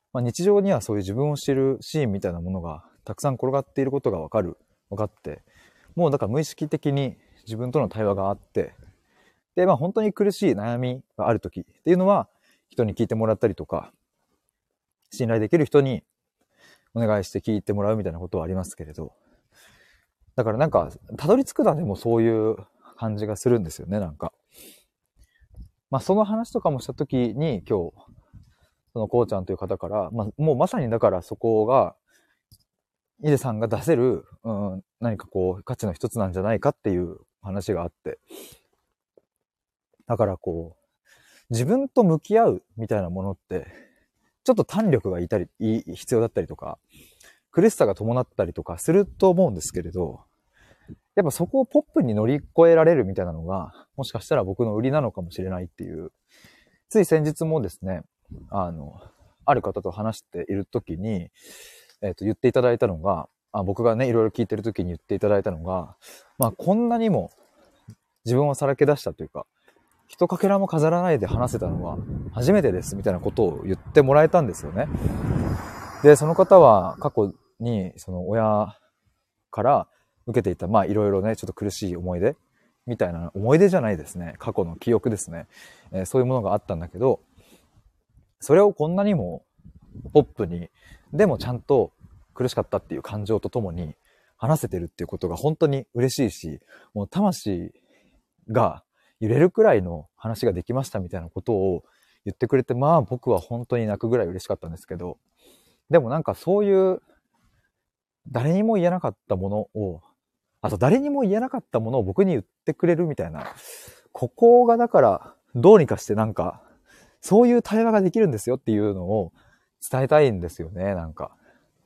Speaker 1: 日常にはそういう自分を知るシーンみたいなものがたくさん転がっていることが分かって、もうだから無意識的に自分との対話があって、で、本当に苦しい悩みがある時っていうのは、人に聞いてもらったりとか、信頼できる人にお願いして聞いてもらうみたいなことはありますけれど、だからなんか、たどり着くのはでもそういう感じがするんですよね、なんか。その話とかもした時に今日、そのこうちゃんという方から、もうまさにだからそこが、イデさんが出せる、何かこう、価値の一つなんじゃないかっていう話があって。だからこう、自分と向き合うみたいなものって、ちょっと胆力が必要だったりとか、苦しさが伴ったりとかすると思うんですけれど、やっぱそこをポップに乗り越えられるみたいなのが、もしかしたら僕の売りなのかもしれないっていう。つい先日もですね、ある方と話しているときに、言っていただいたのが、僕がね、いろいろ聞いてるときに言っていただいたのが、こんなにも自分をさらけ出したというか、一かけらも飾らないで話せたのは初めてですみたいなことを言ってもらえたんですよね。で、その方は過去にその親から受けていた、いろいろね、ちょっと苦しい思い出みたいな、思い出じゃないですね。過去の記憶ですね。そういうものがあったんだけど、それをこんなにもポップに、でもちゃんと苦しかったっていう感情とともに話せてるっていうことが本当に嬉しいし、もう魂が揺れるくらいの話ができましたみたいなことを言ってくれて、僕は本当に泣くぐらい嬉しかったんですけど、でもなんかそういう誰にも言えなかったものを、あと誰にも言えなかったものを僕に言ってくれるみたいな、ここがだからどうにかしてなんかそういう対話ができるんですよっていうのを伝えたいんですよね、なんか。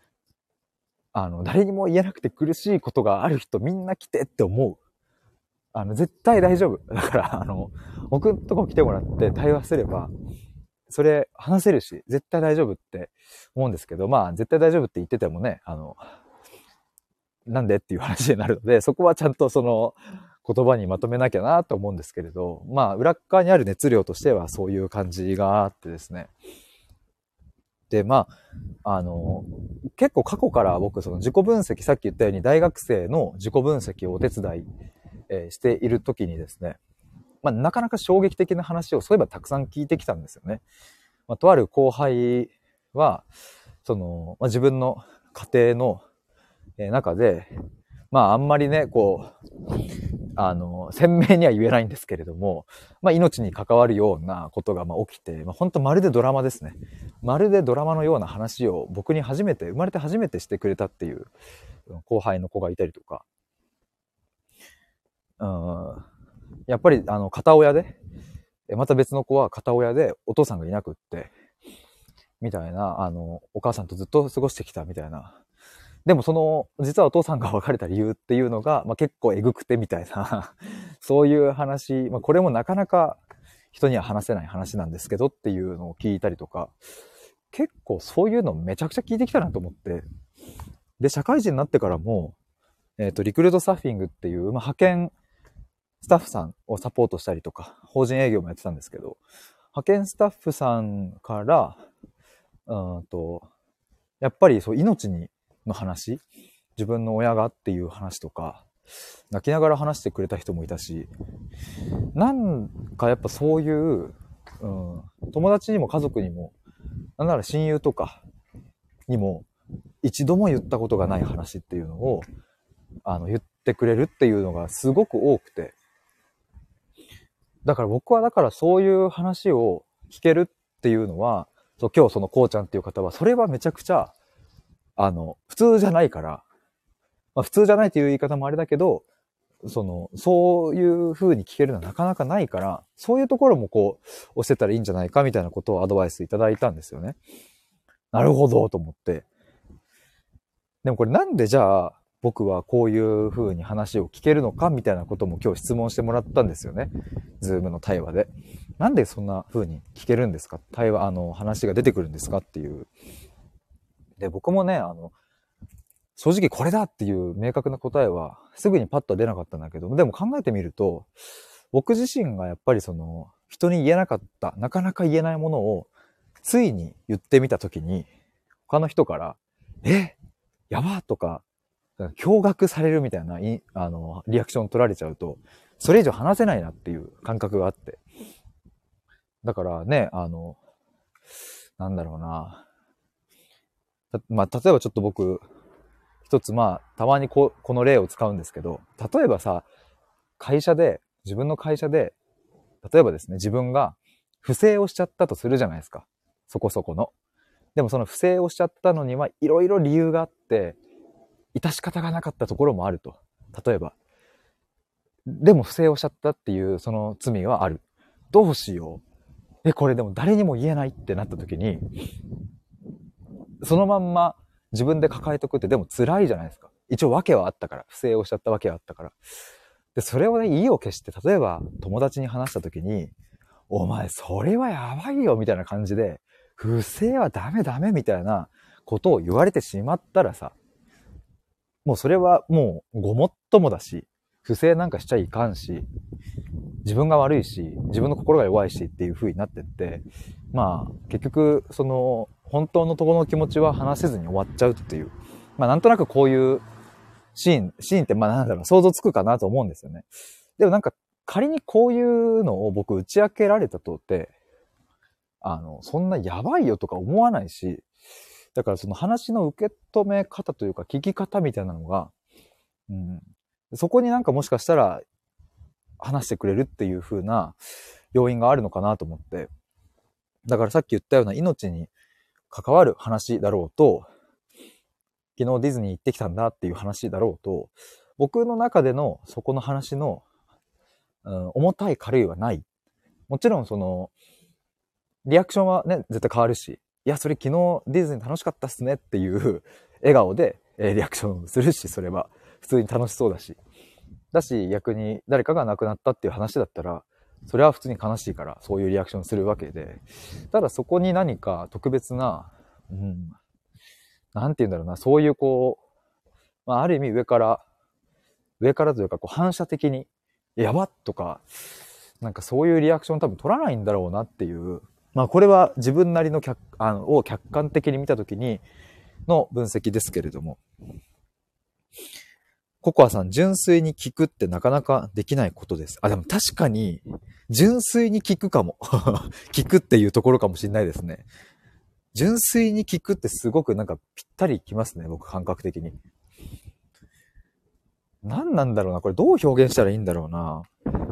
Speaker 1: 誰にも言えなくて苦しいことがある人みんな来てって思う。絶対大丈夫。だから、僕んとこ来てもらって対話すれば、それ話せるし、絶対大丈夫って思うんですけど、絶対大丈夫って言っててもね、なんでっていう話になるので、そこはちゃんとその言葉にまとめなきゃなと思うんですけれど、裏側にある熱量としてはそういう感じがあってですね。で、結構過去から僕その自己分析、さっき言ったように大学生の自己分析をお手伝いしている時にですね、なかなか衝撃的な話をそういえばたくさん聞いてきたんですよね。とある後輩は、その、自分の家庭の中で、あんまりね、こう、鮮明には言えないんですけれども、命に関わるようなことが起きて、本当まるでドラマですね。まるでドラマのような話を僕に生まれて初めてしてくれたっていう後輩の子がいたりとか、やっぱり片親で、また別の子は片親でお父さんがいなくって、みたいな、お母さんとずっと過ごしてきたみたいな。でも実はお父さんが別れた理由っていうのが、結構えぐくてみたいな、そういう話、これもなかなか人には話せない話なんですけどっていうのを聞いたりとか、結構そういうのめちゃくちゃ聞いてきたなと思って、で、社会人になってからも、リクルートサーフィングっていう、派遣スタッフさんをサポートしたりとか、法人営業もやってたんですけど、派遣スタッフさんから、やっぱりそう命の話、自分の親がっていう話とか、泣きながら話してくれた人もいたし、なんかやっぱそういう、友達にも家族にも、なんなら親友とかにも、一度も言ったことがない話っていうのを、言ってくれるっていうのがすごく多くて、だから僕はそういう話を聞けるっていうのは、今日そのこうちゃんっていう方は、それはめちゃくちゃ、普通じゃないから、普通じゃないという言い方もあれだけど、そういう風に聞けるのはなかなかないから、そういうところもこう、押せたらいいんじゃないかみたいなことをアドバイスいただいたんですよね。なるほど、と思って。でもこれなんでじゃあ、僕はこういう風に話を聞けるのかみたいなことも今日質問してもらったんですよね。ズームの対話で。なんでそんな風に聞けるんですか？対話、話が出てくるんですかっていう。で、僕もね、正直これだっていう明確な答えはすぐにパッと出なかったんだけど、でも考えてみると、僕自身がやっぱり人に言えなかった、なかなか言えないものをついに言ってみたときに、他の人から、やばとか、驚愕されるみたいな、リアクション取られちゃうと、それ以上話せないなっていう感覚があって。だからね、なんだろうな。まあ、例えばちょっと僕、一つたまにこの例を使うんですけど、例えばさ、自分の会社で、例えばですね、自分が不正をしちゃったとするじゃないですか。そこそこの。でもその不正をしちゃったのにはいろいろ理由があって、致し方がなかったところもあると。例えば。でも不正をしちゃったっていうその罪はある。どうしよう。これでも誰にも言えないってなった時に、そのまんま自分で抱えとくってでも辛いじゃないですか。一応訳はあったから。不正をしちゃった訳はあったから。で、それをね、意を決して、例えば友達に話した時に、お前それはやばいよみたいな感じで、不正はダメみたいなことを言われてしまったらさ、もうそれはもうごもっともだし、不正なんかしちゃいかんし、自分が悪いし、自分の心が弱いしっていう風になってって、結局その本当のところの気持ちは話せずに終わっちゃうっていう、なんとなくこういうシーンってなんだろう、想像つくかなと思うんですよね。でもなんか仮にこういうのを僕打ち明けられたとって、そんなやばいよとか思わないし、だからその話の受け止め方というか聞き方みたいなのが、そこになんかもしかしたら話してくれるっていう風な要因があるのかなと思って。だからさっき言ったような命に関わる話だろうと、昨日ディズニー行ってきたんだっていう話だろうと、僕の中でのそこの話の、重たい軽いはない。もちろんその、リアクションはね、絶対変わるし、いや、それ昨日ディズニー楽しかったっすねっていう笑顔で、リアクションするし、それは普通に楽しそうだし。逆に誰かが亡くなったっていう話だったら、それは普通に悲しいからそういうリアクションするわけで、ただそこに何か特別な、なんて言うんだろうな、そういうある意味上からというか反射的に、やばっとか、なんかそういうリアクション多分取らないんだろうなっていう、これは自分なりの客観的に見たときにの分析ですけれども、ココアさん、純粋に聞くってなかなかできないことです。でも確かに、純粋に聞くかも。聞くっていうところかもしれないですね。純粋に聞くってすごくなんかぴったりきますね、僕感覚的に。何なんだろうな、これどう表現したらいいんだろうな。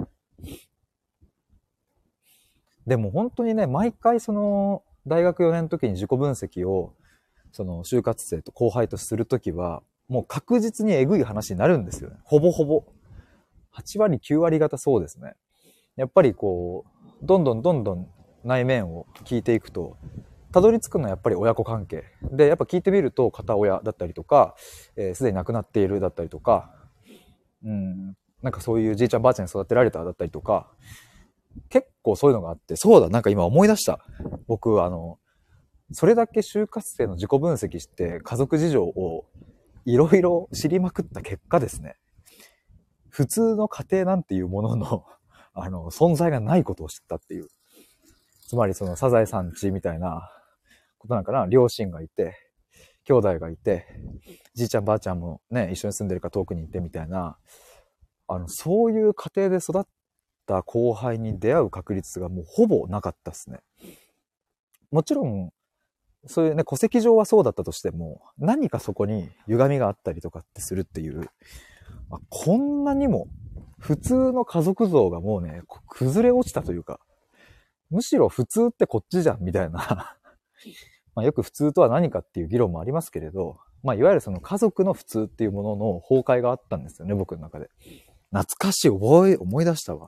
Speaker 1: でも本当にね、毎回その、大学4年の時に自己分析を、その、就活生と後輩とするときは、もう確実にえぐい話になるんですよね。ほぼほぼ。8割、9割方そうですね。やっぱりどんどん内面を聞いていくと、たどり着くのはやっぱり親子関係。で、やっぱ聞いてみると片親だったりとか、すでに亡くなっているだったりとか、なんかそういうじいちゃんばあちゃんに育てられただったりとか、結構そういうのがあって、そうだ、なんか今思い出した。僕、それだけ就活生の自己分析して家族事情をいろいろ知りまくった結果ですね、普通の家庭なんていうものの存在がないことを知ったっていう。つまりそのサザエさん家みたいなことなんかな、両親がいて、兄弟がいて、じいちゃんばあちゃんもね、一緒に住んでるか遠くにいてみたいな、そういう家庭で育った後輩に出会う確率がもうほぼなかったですね。もちろん、そういうね、戸籍上はそうだったとしても、何かそこに歪みがあったりとかってするっていう、こんなにも普通の家族像がもうね、崩れ落ちたというか、むしろ普通ってこっちじゃんみたいなよく普通とは何かっていう議論もありますけれど、いわゆるその家族の普通っていうものの崩壊があったんですよね、僕の中で。懐かしい、思い出したわ。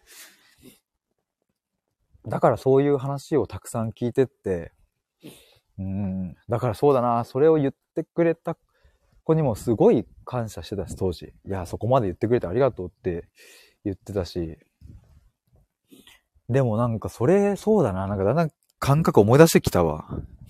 Speaker 1: だからそういう話をたくさん聞いてって、だからそうだな、それを言ってくれた子にもすごい感謝してたし、当時。いや、そこまで言ってくれてありがとうって言ってたし、でもなんかそうだな、なんかだんだん感覚思い出してきたわ。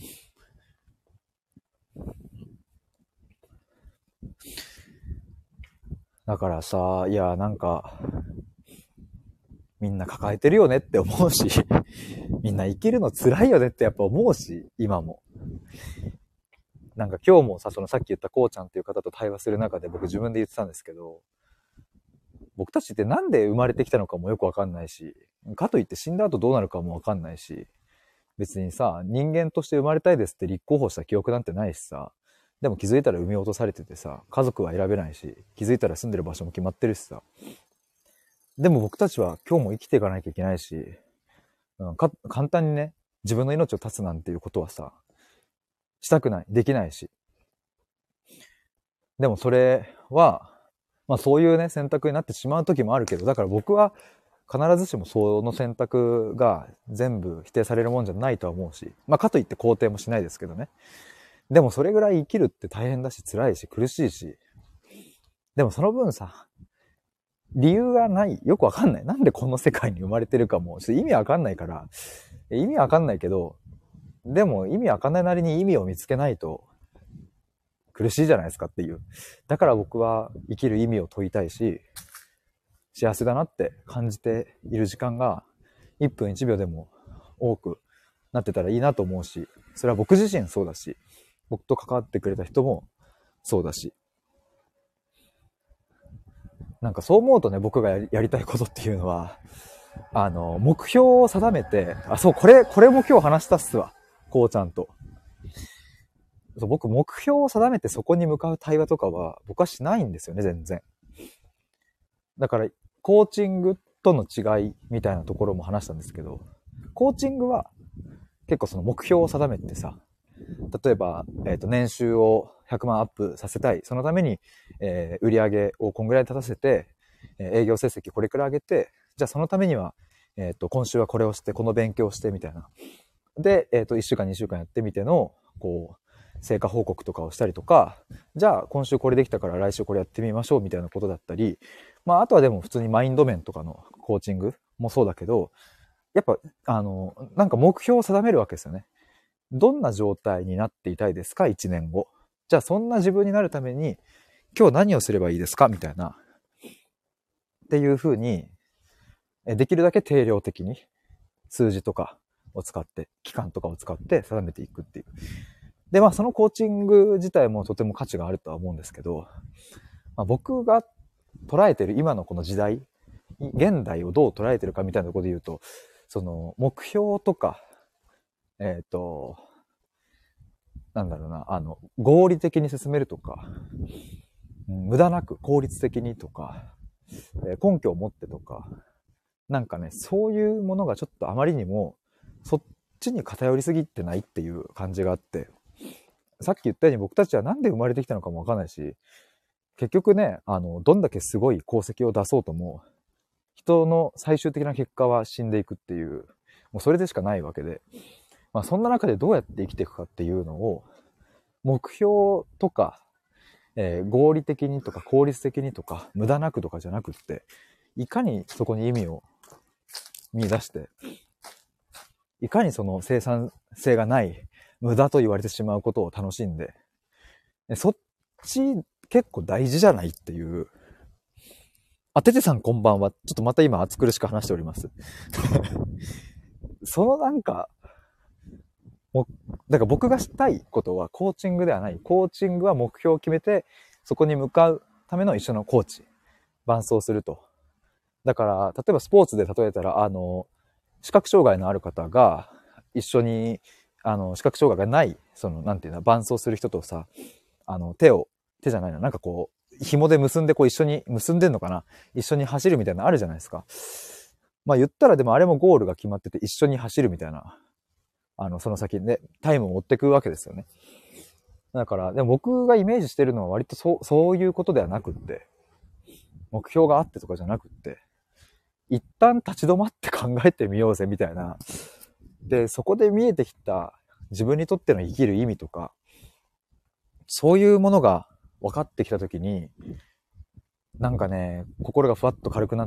Speaker 1: だからさ、いや、なんか、みんな抱えてるよねって思うし、 みんな生きるの辛いよねってやっぱ思うし、今も。なんか今日もさ、そのさっき言ったこうちゃんっていう方と対話する中で僕自分で言ってたんですけど、僕たちってなんで生まれてきたのかもよくわかんないし、かといって死んだ後どうなるかもわかんないし、別にさ、人間として生まれたいですって立候補した記憶なんてないしさ、でも気づいたら産み落とされててさ、家族は選べないし、気づいたら住んでる場所も決まってるしさ、でも僕たちは今日も生きていかなきゃいけないし、簡単にね、自分の命を絶つなんていうことはさ、したくない、できないし。でもそれは、まあそういうね、選択になってしまう時もあるけど、だから僕は必ずしもその選択が全部否定されるもんじゃないとは思うし、まあかといって肯定もしないですけどね。でもそれぐらい生きるって大変だし、辛いし、苦しいし、でもその分さ、理由がない。よくわかんない。なんでこの世界に生まれてるかも、ちょっと意味わかんないから、意味わかんないけど、でも意味わかんないなりに意味を見つけないと苦しいじゃないですかっていう。だから僕は生きる意味を問いたいし、幸せだなって感じている時間が1分1秒でも多くなってたらいいなと思うし、それは僕自身そうだし、僕と関わってくれた人もそうだし、なんかそう思うとね、僕がやりたいことっていうのは、目標を定めて、そう、これも今日話したっすわ。こうちゃんと。そう、僕、目標を定めてそこに向かう対話とかは、僕はしないんですよね、全然。だから、コーチングとの違いみたいなところも話したんですけど、コーチングは結構その目標を定めてさ、例えば、年収を100万アップさせたい。そのために、売上をこんぐらい立たせて、営業成績これくらい上げて、じゃあそのためには、今週はこれをして、この勉強をしてみたいな。で、1週間2週間やってみての、こう、成果報告とかをしたりとか、じゃあ今週これできたから来週これやってみましょうみたいなことだったり、まああとはでも普通にマインド面とかのコーチングもそうだけど、やっぱ、なんか目標を定めるわけですよね。どんな状態になっていたいですか ?1 年後。じゃあそんな自分になるために今日何をすればいいですかみたいな。っていう風に、できるだけ定量的に数字とかを使って、期間とかを使って定めていくっていう。で、まあそのコーチング自体もとても価値があるとは思うんですけど、まあ、僕が捉えてる今のこの時代、現代をどう捉えてるかみたいなところで言うと、その目標とか、なんだろうな、合理的に進めるとか、無駄なく効率的にとか、根拠を持ってとか、なんかね、そういうものがちょっとあまりにも、そっちに偏りすぎてないっていう感じがあって、さっき言ったように僕たちはなんで生まれてきたのかもわかんないし、結局ね、どんだけすごい功績を出そうとも、人の最終的な結果は死んでいくっていう、もうそれでしかないわけで、まあそんな中でどうやって生きていくかっていうのを、目標とか、合理的にとか効率的にとか、無駄なくとかじゃなくって、いかにそこに意味を見出して、いかにその生産性がない無駄と言われてしまうことを楽しんで、そっち結構大事じゃないっていう。ててさんこんばんは。ちょっとまた今暑苦しく話しております。そのなんか、だから僕がしたいことはコーチングではない。コーチングは目標を決めて、そこに向かうための一緒のコーチ。伴走すると。だから、例えばスポーツで例えたら、視覚障害のある方が一緒に、視覚障害がない、なんていうの、伴走する人とさ、手じゃないな、なんかこう、紐で結んでこう一緒に、結んでんのかな一緒に走るみたいなのあるじゃないですか。まあ言ったらでもあれもゴールが決まってて一緒に走るみたいな、その先でタイムを持ってくわけですよね。だから、でも僕がイメージしてるのは割とそういうことではなくって、目標があってとかじゃなくって、一旦立ち止まって考えてみようぜみたいな。で、そこで見えてきた自分にとっての生きる意味とか、そういうものが分かってきたときに、なんかね、心がふわっと軽くなって、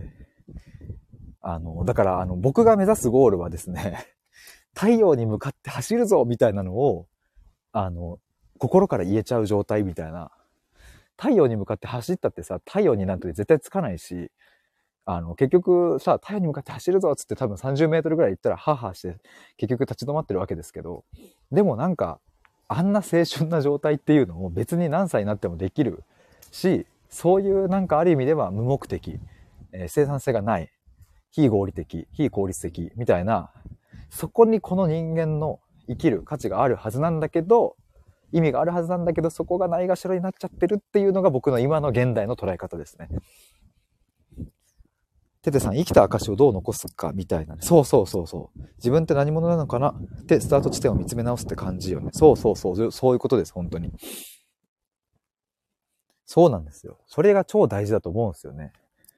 Speaker 1: だから僕が目指すゴールはですね、太陽に向かって走るぞみたいなのを、心から言えちゃう状態みたいな。太陽に向かって走ったってさ、太陽になんて絶対つかないし、 結局さ、太陽に向かって走るぞっつって多分30メートルぐらい行ったらハーハーして結局立ち止まってるわけですけど、でもなんか、あんな青春な状態っていうのを別に何歳になってもできるし、そういうなんかある意味では無目的、生産性がない、非合理的、非効率的みたいな、そこにこの人間の生きる価値があるはずなんだけど、意味があるはずなんだけど、そこがないがしろになっちゃってるっていうのが僕の今の現代の捉え方ですね。テテさん、生きた証をどう残すかみたいなね。そうそうそうそう。自分って何者なのかなってスタート地点を見つめ直すって感じよね。そうそうそう。そういうことです、本当に。そうなんですよ。それが超大事だと思うんですよね。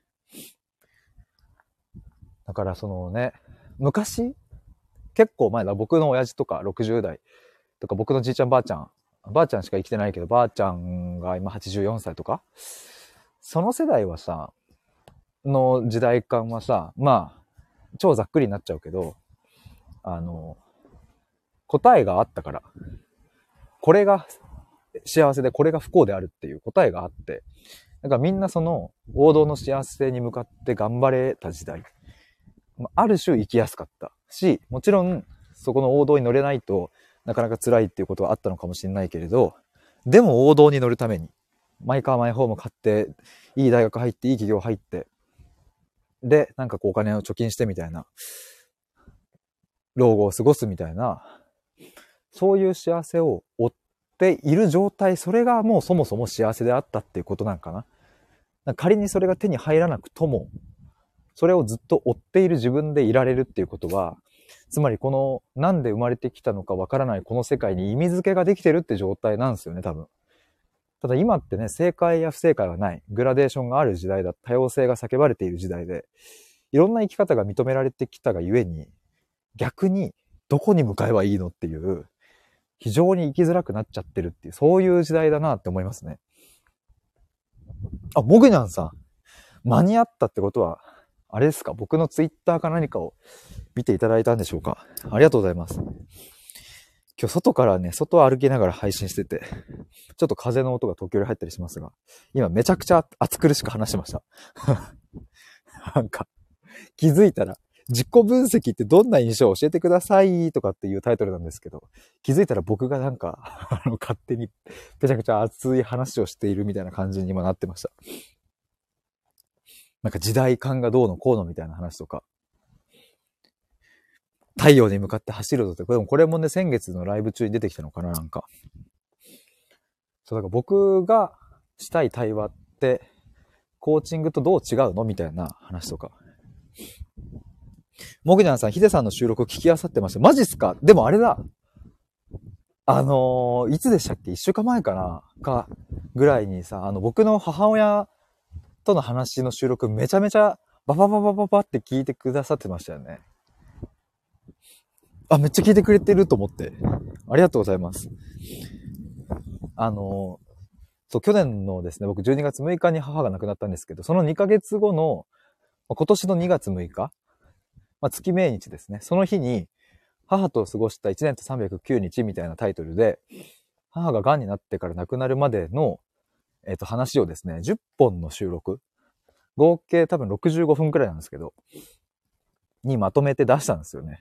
Speaker 1: だからそのね、昔結構前だ、僕の親父とか60代とか僕のじいちゃんばあちゃん、ばあちゃんしか生きてないけど、ばあちゃんが今84歳とか、その世代はさ、の時代感はさ、まあ、超ざっくりになっちゃうけど、あの、答えがあったから、これが幸せでこれが不幸であるっていう答えがあって、だからみんなその王道の幸せに向かって頑張れた時代、ある種生きやすかったし、もちろんそこの王道に乗れないとなかなか辛いっていうことはあったのかもしれないけれど、でも王道に乗るために、マイカーマイホーム買って、いい大学入って、いい企業入って、で、なんかこうお金を貯金してみたいな、老後を過ごすみたいな、そういう幸せを追っている状態、それがもうそもそも幸せであったっていうことなんかな。仮にそれが手に入らなくとも、それをずっと追っている自分でいられるっていうことは、つまりこのなんで生まれてきたのかわからないこの世界に意味付けができてるって状態なんですよね、多分。ただ今ってね、正解や不正解はない。グラデーションがある時代だ。多様性が叫ばれている時代で、いろんな生き方が認められてきたがゆえに、逆にどこに向かえばいいのっていう、非常に生きづらくなっちゃってるっていう、そういう時代だなって思いますね。あ、モグニャンさん、間に合ったってことは、あれですか、僕のツイッターか何かを見ていただいたんでしょうか。ありがとうございます。今日外からね、外を歩きながら配信してて、ちょっと風の音が時折入ったりしますが、今めちゃくちゃ暑苦しく話してました。なんか、気づいたら、自己分析ってどんな印象を教えてくださいとかっていうタイトルなんですけど、気づいたら僕がなんか、勝手にめちゃくちゃ熱い話をしているみたいな感じに今なってました。なんか時代感がどうのこうのみたいな話とか、太陽に向かって走るぞって、これもね、先月のライブ中に出てきたのかな、なんか。そう、だから僕がしたい対話って、コーチングとどう違うのみたいな話とか。もぐにゃんさん、ヒデさんの収録を聞きあさってました。マジっすか？でもあれだ。いつでしたっけ？ 1 週間前かなぐらいにさ、僕の母親との話の収録めちゃめちゃババババババって聞いてくださってましたよね。あ、めっちゃ聞いてくれてると思って。ありがとうございます。そう、去年のですね、僕12月6日に母が亡くなったんですけど、その2ヶ月後の、今年の2月6日、月命日ですね。その日に、母と過ごした1年と309日みたいなタイトルで、母が癌になってから亡くなるまでの、話をですね、10本の収録、合計多分65分くらいなんですけど、にまとめて出したんですよね。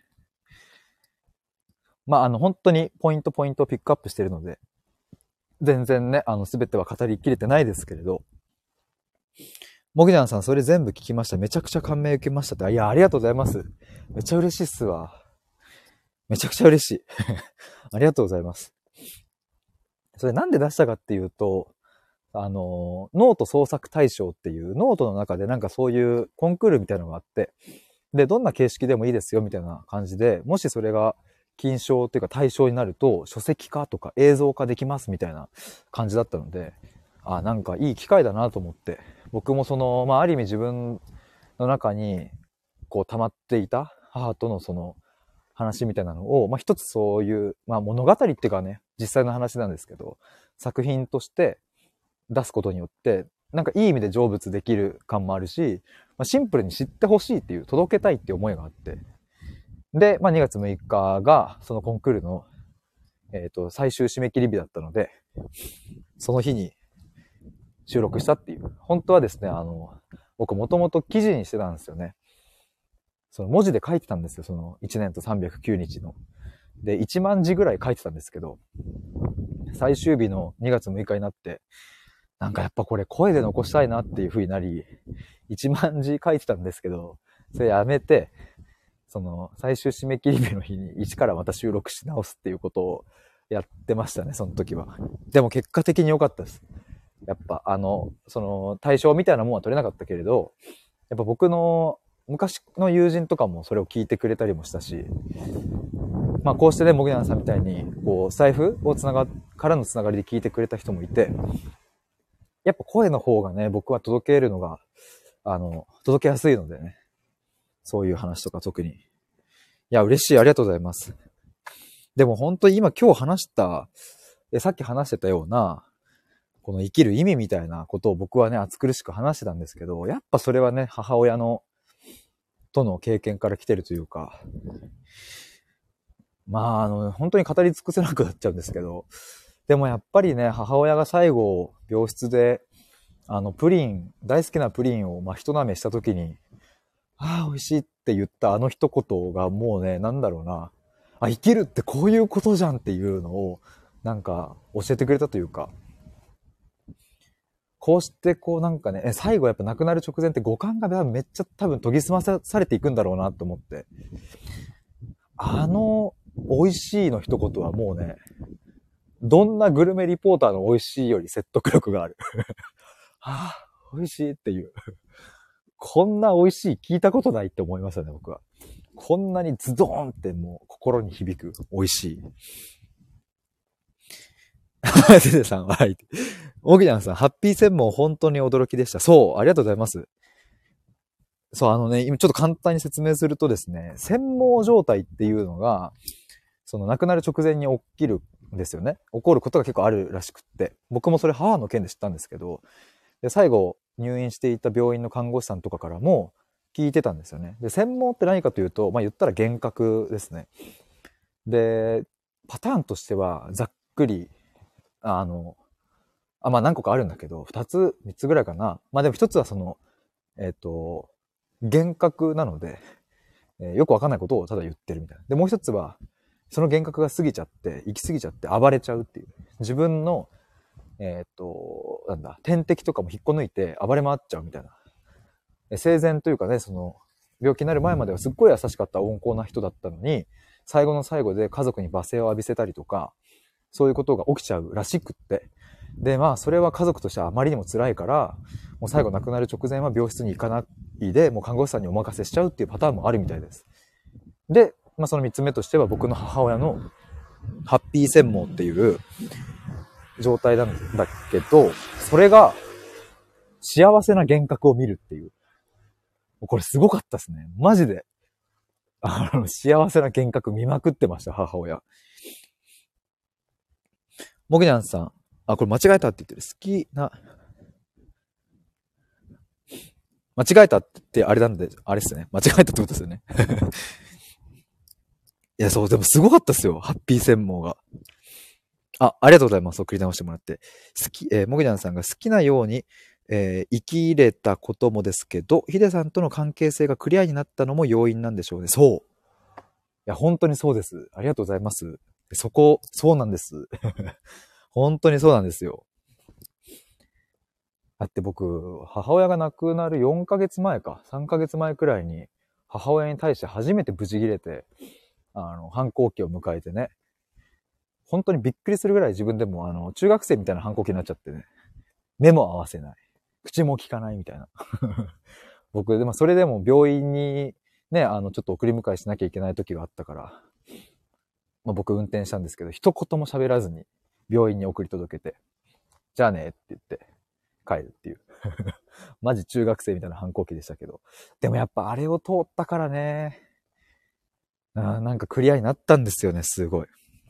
Speaker 1: 本当にポイントをピックアップしてるので、全然ね、すべては語りきれてないですけれど、もぎじゃんさん、それ全部聞きました。めちゃくちゃ感銘受けましたって。いや、ありがとうございます。めっちゃ嬉しいっすわ。めちゃくちゃ嬉しい。ありがとうございます。それなんで出したかっていうと、ノート創作大賞っていうノートの中でなんかそういうコンクールみたいなのがあって、で、どんな形式でもいいですよみたいな感じで、もしそれが金賞っていうか大賞になると書籍化とか映像化できますみたいな感じだったので、なんかいい機会だなと思って、僕もその、ある意味自分の中にこう溜まっていた母とのその話みたいなのを、一つそういう、物語っていうかね、実際の話なんですけど、作品として出すことによって、なんかいい意味で成仏できる感もあるし、シンプルに知ってほしいっていう、届けたいっていう思いがあって。で、2月6日がそのコンクールの、最終締め切り日だったので、その日に収録したっていう。本当はですね、 僕もともと記事にしてたんですよね。その文字で書いてたんですよ。その1年と309日の。で、1万字ぐらい書いてたんですけど、最終日の2月6日になって、なんかやっぱこれ声で残したいなっていう風になり、1万字書いてたんですけど、それやめて、その最終締め切り日の日に一からまた収録し直すっていうことをやってましたね、その時は。でも結果的に良かったです。やっぱその対象みたいなもんは取れなかったけれど、やっぱ僕の昔の友人とかもそれを聞いてくれたりもしたし、まあこうしてね、もぐやんさんみたいに、こう、財布をからのつながりで聞いてくれた人もいて、やっぱ声の方がね、僕は届けるのが、届けやすいのでね、そういう話とか特に。いや、嬉しい、ありがとうございます。でも本当に今話した、さっき話してたような、この生きる意味みたいなことを僕はね、暑苦しく話してたんですけど、やっぱそれはね、母親との経験から来てるというか、まあ、本当に語り尽くせなくなっちゃうんですけど、でもやっぱりね、母親が最後、病室で、大好きなプリンを、一舐めした時に、ああ、美味しいって言ったあの一言がもうね、なんだろうな、生きるってこういうことじゃんっていうのを、なんか、教えてくれたというか、こうしてこうなんかね、最後やっぱ亡くなる直前って五感がめっちゃ多分研ぎ澄まされていくんだろうなと思って、美味しいの一言はもうね、どんなグルメリポーターの美味しいより説得力がある。はあ、美味しいっていう。こんな美味しい聞いたことないって思いますよね、僕は。こんなにズドーンってもう心に響く美味しい。テテさん、はい。オギナンさん、ハッピー専門本当に驚きでした。そう、ありがとうございます。そう、今ちょっと簡単に説明するとですね、専門状態っていうのが、その亡くなる直前に起きるんですよね。起こることが結構あるらしくって。僕もそれ母の件で知ったんですけど、で、最後入院していた病院の看護師さんとかからも聞いてたんですよね。で、専門って何かというと、言ったら幻覚ですね。で、パターンとしてはざっくり、何個かあるんだけど、2つ、3つぐらいかな。でも1つはその、幻覚なので、よくわかんないことをただ言ってるみたいな。で、もう1つは、その幻覚が行き過ぎちゃって暴れちゃうっていう。自分の、天敵とかも引っこ抜いて暴れ回っちゃうみたいな。生前というかね、その、病気になる前まではすっごい優しかった温厚な人だったのに、最後の最後で家族に罵声を浴びせたりとか、そういうことが起きちゃうらしくって。で、それは家族としてはあまりにも辛いから、もう最後亡くなる直前は病室に行かないで、もう看護師さんにお任せしちゃうっていうパターンもあるみたいです。で、その3つ目としては僕の母親のハッピー専門っていう状態なんだけど、それが幸せな幻覚を見るっていう。これすごかったですね。マジで。幸せな幻覚見まくってました、母親。モギナンさん。これ間違えたって言ってる。好きな。間違えたってあれなんで、あれっすね。間違えたってことですよね。いや、そう、でもすごかったですよ。ハッピー専門が。ありがとうございます。送り直してもらって。モギナンさんが好きなように、生き入れたこともですけど、ヒデさんとの関係性がクリアになったのも要因なんでしょうね。そう。いや、本当にそうです。ありがとうございます。そうなんです。本当にそうなんですよ。だって僕、母親が亡くなる4ヶ月前か、3ヶ月前くらいに、母親に対して初めてブチ切れて、反抗期を迎えてね、本当にびっくりするぐらい自分でも、中学生みたいな反抗期になっちゃってね、目も合わせない。口も聞かないみたいな。僕、でもそれでも病院にね、ちょっと送り迎えしなきゃいけない時があったから、僕運転したんですけど、一言も喋らずに病院に送り届けて、じゃあねって言って帰るっていう。マジ中学生みたいな反抗期でしたけど。でもやっぱあれを通ったからね、なんかクリアになったんですよね、すごい。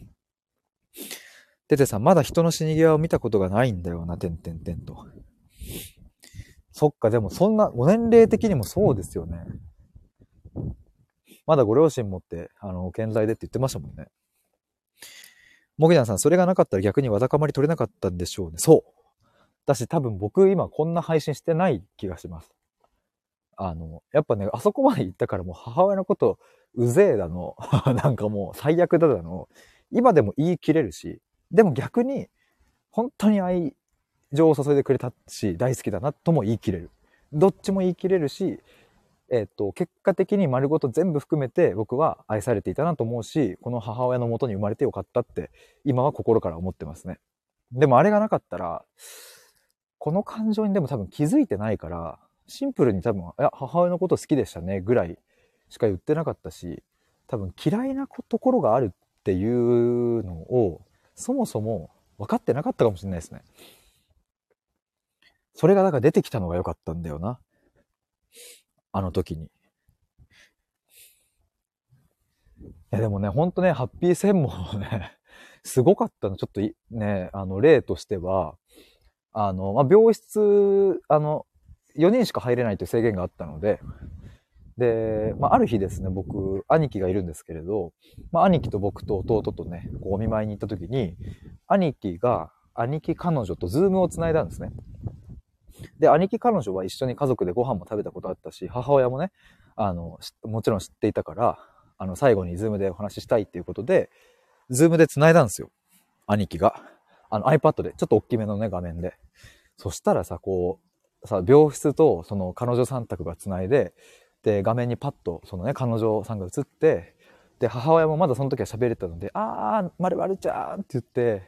Speaker 1: テテさん、まだ人の死に際を見たことがないんだよな、てんてんてんと。そっか、でもそんな、ご年齢的にもそうですよね。まだご両親持って、健在でって言ってましたもんね。モギナンさん、それがなかったら逆にわだかまり取れなかったんでしょうね。そう。だし多分僕今こんな配信してない気がします。 やっぱね、あそこまで行ったからもう母親のこと、うぜえだの、なんかもう最悪だの、今でも言い切れるし、でも逆に、本当に愛情を注いでくれたし、大好きだなとも言い切れる。どっちも言い切れるし、結果的に丸ごと全部含めて僕は愛されていたなと思うし、この母親の元に生まれてよかったって、今は心から思ってますね。でもあれがなかったら、この感情にでも多分気づいてないから、シンプルに多分、いや、母親のこと好きでしたね、ぐらいしか言ってなかったし、多分嫌いなところがあるっていうのを、そもそも分かってなかったかもしれないですね。それがだから出てきたのが良かったんだよな。あの時に。いやでもね、ほんとね、ハッピー専門ね、すごかったの。ちょっとね、例としては、病室、4人しか入れないという制限があったので、で、ある日ですね、僕、兄貴がいるんですけれど、兄貴と僕と弟とね、こうお見舞いに行った時に、兄貴彼女とズームをつないだんですね。で、兄貴彼女は一緒に家族でご飯も食べたことあったし、母親もね、もちろん知っていたから、最後にズームでお話ししたいっていうことで、ズームで繋いだんですよ。兄貴が。iPad で、ちょっと大きめのね、画面で。そしたらさ、病室とその彼女さん宅が繋いで、で、画面にパッと、そのね、彼女さんが映って、で、母親もまだその時は喋れたので、〇〇ちゃんって言って、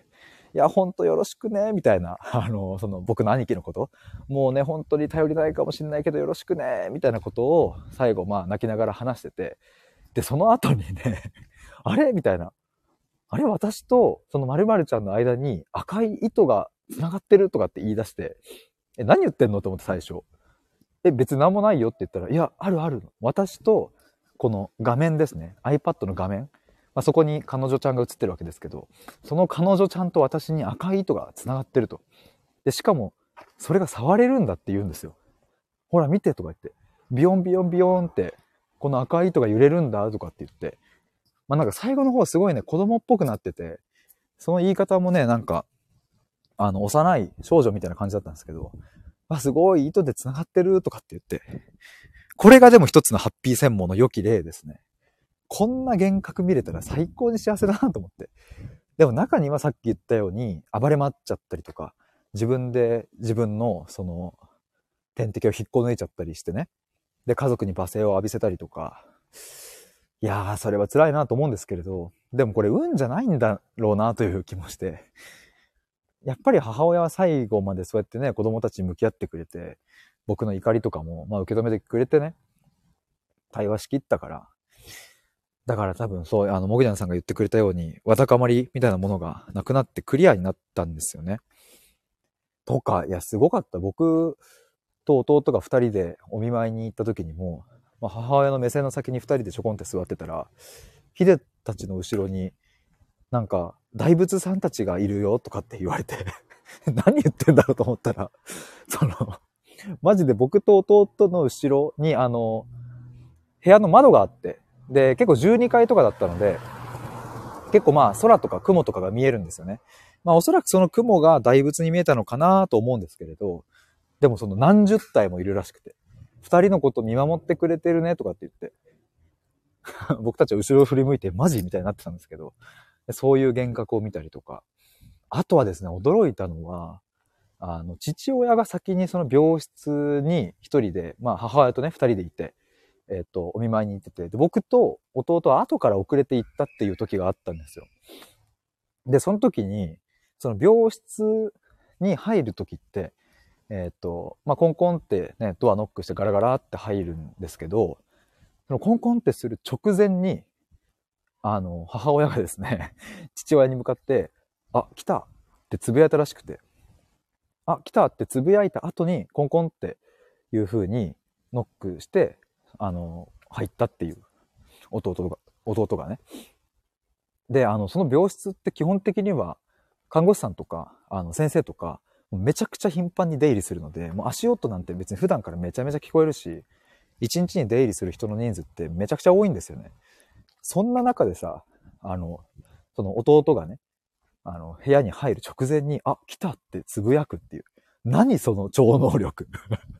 Speaker 1: いや、ほんとよろしくね、みたいな、僕の兄貴のこと、もうね、本当に頼りないかもしれないけどよろしくね、みたいなことを、最後、泣きながら話してて、で、その後にね、あれみたいな。あれ私と、その〇〇ちゃんの間に赤い糸が繋がってるとかって言い出して、何言ってんのと思って最初。別に何もないよって言ったら、いや、あるあるの。私と、この画面ですね。iPad の画面。そこに彼女ちゃんが映ってるわけですけど、その彼女ちゃんと私に赤い糸が繋がってると。で、しかも、それが触れるんだって言うんですよ。ほら見てとか言って。ビヨンビヨンビヨンって、この赤い糸が揺れるんだとかって言って。なんか最後の方はすごいね、子供っぽくなってて、その言い方もね、なんか、幼い少女みたいな感じだったんですけど、すごい糸で繋がってるとかって言って、これがでも一つのハッピー専門の良き例ですね。こんな幻覚見れたら最高に幸せだなと思って。でも中にはさっき言ったように暴れ回っちゃったりとか、自分で自分のその天敵を引っこ抜いちゃったりしてね。で、家族に罵声を浴びせたりとか。いやー、それは辛いなと思うんですけれど、でもこれ運じゃないんだろうなという気もして。やっぱり母親は最後までそうやってね、子供たちに向き合ってくれて、僕の怒りとかも、受け止めてくれてね、対話しきったから。だから多分そう、もぐじゃんさんが言ってくれたように、わだかまりみたいなものがなくなってクリアになったんですよね。とか、いや、すごかった。僕と弟が二人でお見舞いに行った時にも、母親の目線の先に二人でちょこんって座ってたら、ヒデたちの後ろに、なんか、大仏さんたちがいるよとかって言われて何言ってんだろうと思ったら、マジで僕と弟の後ろに、部屋の窓があって、で、結構12階とかだったので、結構空とか雲とかが見えるんですよね。おそらくその雲が大仏に見えたのかなと思うんですけれど、でもその何十体もいるらしくて、二人のこと見守ってくれてるねとかって言って、僕たちは後ろを振り向いてマジみたいになってたんですけど、そういう幻覚を見たりとか、あとはですね、驚いたのは、父親が先にその病室に一人で、母親とね、二人でいて、お見舞いに行ってて、で、僕と弟は後から遅れて行ったっていう時があったんですよ。で、その時に、その病室に入る時って、コンコンってね、ドアノックしてガラガラって入るんですけど、そのコンコンってする直前に、母親がですね、父親に向かって、来たってつぶやいたらしくて、来たってつぶやいた後に、コンコンっていう風にノックして、入ったっていう、弟がね。で、その病室って基本的には、看護師さんとか、先生とか、めちゃくちゃ頻繁に出入りするので、もう足音なんて別に普段からめちゃめちゃ聞こえるし、一日に出入りする人の人数ってめちゃくちゃ多いんですよね。そんな中でさ、その弟がね、部屋に入る直前に、来たってつぶやくっていう。何その超能力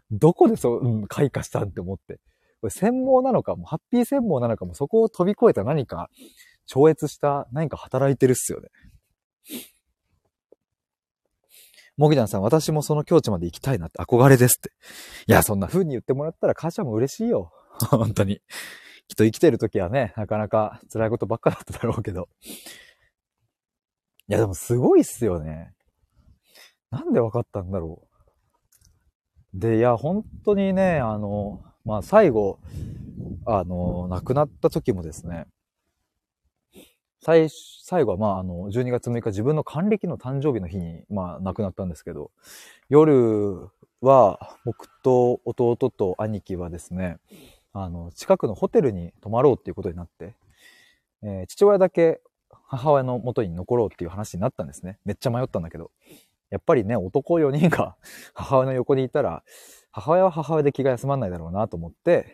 Speaker 1: どこで開花したんって思って。これ羨望なのかも、ハッピー羨望なのかも、そこを飛び越えた何か、超越した何か働いてるっすよね。もぎだんさん、私もその境地まで行きたいなって憧れですって。いや、そんな風に言ってもらったら母ちゃんも嬉しいよ。本当に。きっと生きてる時はね、なかなか辛いことばっかだっただろうけど。いや、でもすごいっすよね。なんでわかったんだろう。で、いや、本当にね、最後、亡くなった時もですね、最後は、12月6日、自分の還暦の誕生日の日に、亡くなったんですけど、夜は、僕と弟と兄貴はですね、近くのホテルに泊まろうっていうことになって、父親だけ母親の元に残ろうっていう話になったんですね。めっちゃ迷ったんだけど。やっぱりね、男4人が母親の横にいたら、母親は母親で気が休まんないだろうなと思って、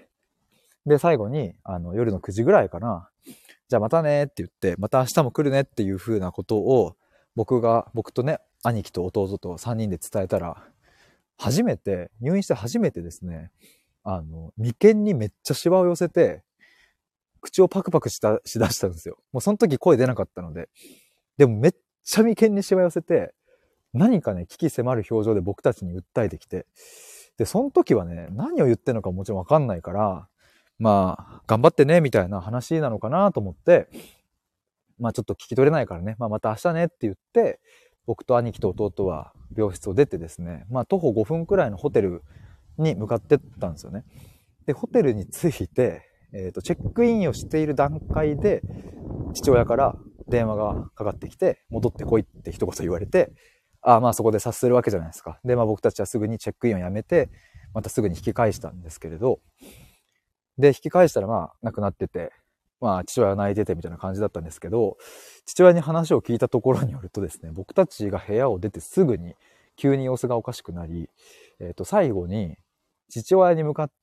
Speaker 1: で、最後に、夜の9時ぐらいかな、じゃあまたねって言って、また明日も来るねっていう風なことを、僕とね、兄貴と弟と3人で伝えたら、入院して初めてですね、眉間にめっちゃシワを寄せて、口をパクパクしだしたんですよ。もうその時声出なかったので。でもめっちゃ眉間にシワ寄せて、何かね、危機迫る表情で僕たちに訴えてきて、で、その時はね、何を言ってるのかもちろんわかんないから、頑張ってね、みたいな話なのかなと思って、ちょっと聞き取れないからね、また明日ねって言って、僕と兄貴と弟は病室を出てですね、徒歩5分くらいのホテルに向かってったんですよね。で、ホテルに着いて、チェックインをしている段階で、父親から電話がかかってきて、戻ってこいって一言言われて、そこで察するわけじゃないですか。で、僕たちはすぐにチェックインをやめて、またすぐに引き返したんですけれど、で、引き返したら亡くなってて、父親は泣いててみたいな感じだったんですけど、父親に話を聞いたところによるとですね、僕たちが部屋を出てすぐに急に様子がおかしくなり、最後に父親に向かって、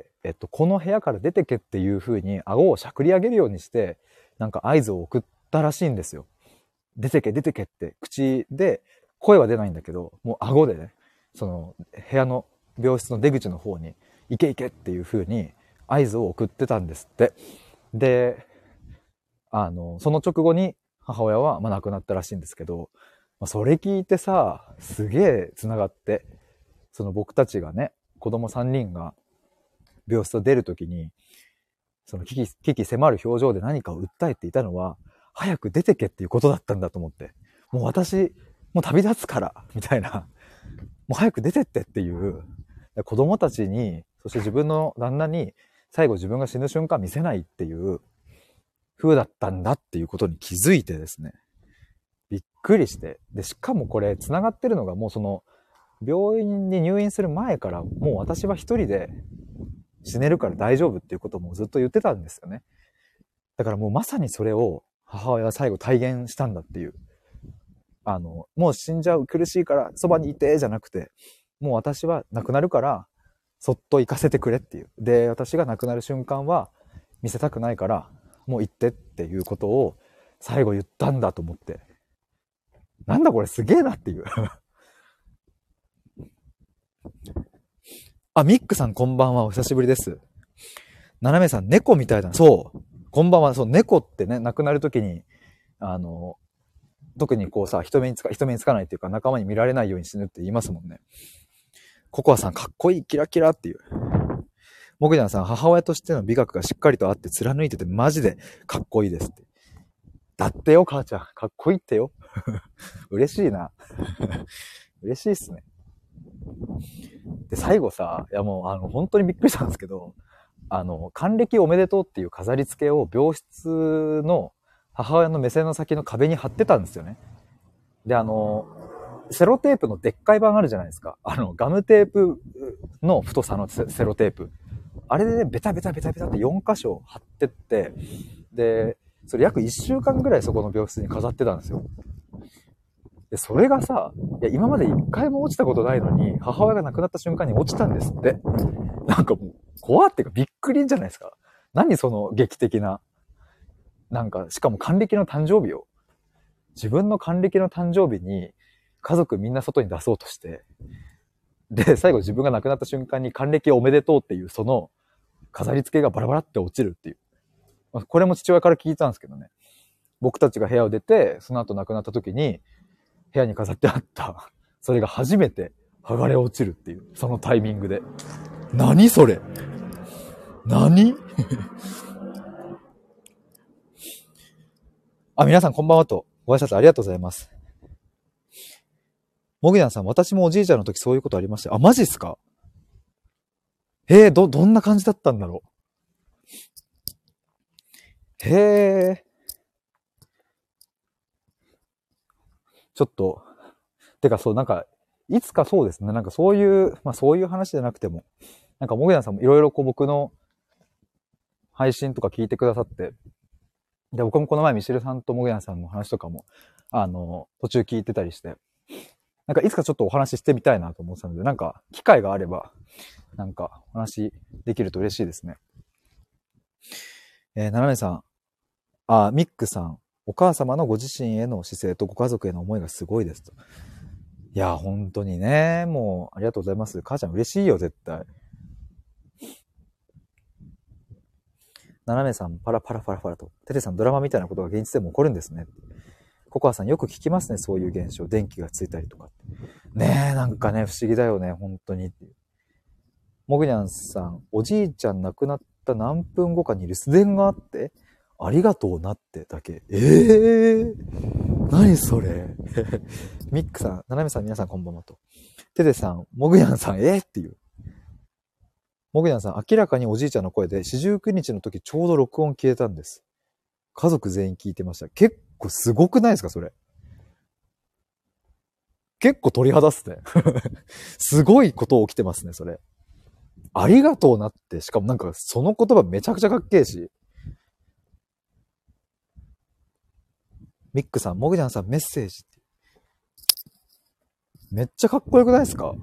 Speaker 1: この部屋から出てけっていう風に顎をしゃくり上げるようにして、なんか合図を送ったらしいんですよ。出てけ出てけって口で声は出ないんだけど、もう顎でね、その部屋の病室の出口の方に行け行けっていう風に合図を送ってたんですって。で、その直後に母親は亡くなったらしいんですけど、それ聞いてさ、すげえ繋がって、その僕たちがね、子供3人が病室を出るときに、その危機迫る表情で何かを訴えていたのは、早く出てけっていうことだったんだと思って。もう私、もう旅立つから、みたいな。もう早く出てってっていう、子供たちに、そして自分の旦那に、最後自分が死ぬ瞬間見せないっていう風だったんだっていうことに気づいてですね。びっくりして。で、しかもこれ繋がってるのがもうその、病院に入院する前から、もう私は一人で死ねるから大丈夫っていうこともずっと言ってたんですよね。だからもうまさにそれを母親は最後体現したんだっていう。もう死んじゃう苦しいからそばにいてじゃなくて、もう私は亡くなるからそっと行かせてくれっていう。で、私が亡くなる瞬間は見せたくないからもう行ってっていうことを最後言ったんだと思って。なんだこれすげえなっていう。あ、ミックさんこんばんは。お久しぶりです。ななめさん、猫みたいだな。そう。こんばんは。そう、猫ってね、亡くなるときに、特にこうさ、人目につかないっていうか、仲間に見られないように死ぬって言いますもんね。ココアさん、かっこいい、キラキラっていう。モグジャンさん、母親としての美学がしっかりとあって貫いててマジでかっこいいですって。だってよ、母ちゃん。かっこいいってよ。嬉しいな。嬉しいっすね。で、最後さ、いやもう、本当にびっくりしたんですけど、還暦おめでとうっていう飾り付けを病室の母親の目線の先の壁に貼ってたんですよね。で、セロテープのでっかい版あるじゃないですか。ガムテープの太さのセロテープ。あれでね、ベタベタベタベタって4箇所貼ってって、で、それ約1週間ぐらいそこの病室に飾ってたんですよ。で、それがさ、いや、今まで1回も落ちたことないのに、母親が亡くなった瞬間に落ちたんですって。なんかもう、怖っていうかびっくりじゃないですか。何その劇的な。なんか、しかも還暦の誕生日を。自分の還暦の誕生日に、家族みんな外に出そうとして、 で、最後自分が亡くなった瞬間に還暦おめでとうっていう、その飾り付けがバラバラって落ちるっていう。これも父親から聞いたんですけどね。僕たちが部屋を出て、その後亡くなった時に、部屋に飾ってあった、それが初めて剥がれ落ちるっていう、そのタイミングで。何それ？何？あ、皆さんこんばんはと、ご挨拶ありがとうございます。もぎなさん、私もおじいちゃんの時そういうことありました。あ、マジっすか？どんな感じだったんだろう。ちょっと、てかそう、なんか、いつかそうですね、なんかそういう、まあそういう話じゃなくても、なんかもぎなさんもいろいろこう僕の配信とか聞いてくださって、で、僕もこの前ミシェルさんともぎなさんの話とかも、途中聞いてたりして、なんかいつかちょっとお話ししてみたいなと思ってたので、なんか機会があれば、なんかお話できると嬉しいですね。ななめさん、ミックさん、お母様のご自身への姿勢とご家族への思いがすごいですと。いや、本当にね、もう、ありがとうございます。母ちゃん嬉しいよ、絶対。ななめさん、パラパラパラパラと。テテさん、ドラマみたいなことが現実でも起こるんですね。ココアさん、よく聞きますね、そういう現象。電気がついたりとか。ねえ、なんかね、不思議だよね、本当に。もぐにゃんさん、おじいちゃん亡くなった何分後かに留守電があって、ありがとうなってだけ。何それミックさん、ななめさん、皆さんこんばんはと。テテさん、もぐにゃんさん、っていう。もぐにゃんさん、明らかにおじいちゃんの声で、四十九日の時ちょうど録音消えたんです。家族全員聞いてました。結構すごくないですか、それ。結構鳥肌っすね。すごいこと起きてますね、それ。ありがとうなって、しかもなんかその言葉めちゃくちゃかっけえし。ミックさん、もぐにゃんさんメッセージって。めっちゃかっこよくないですか？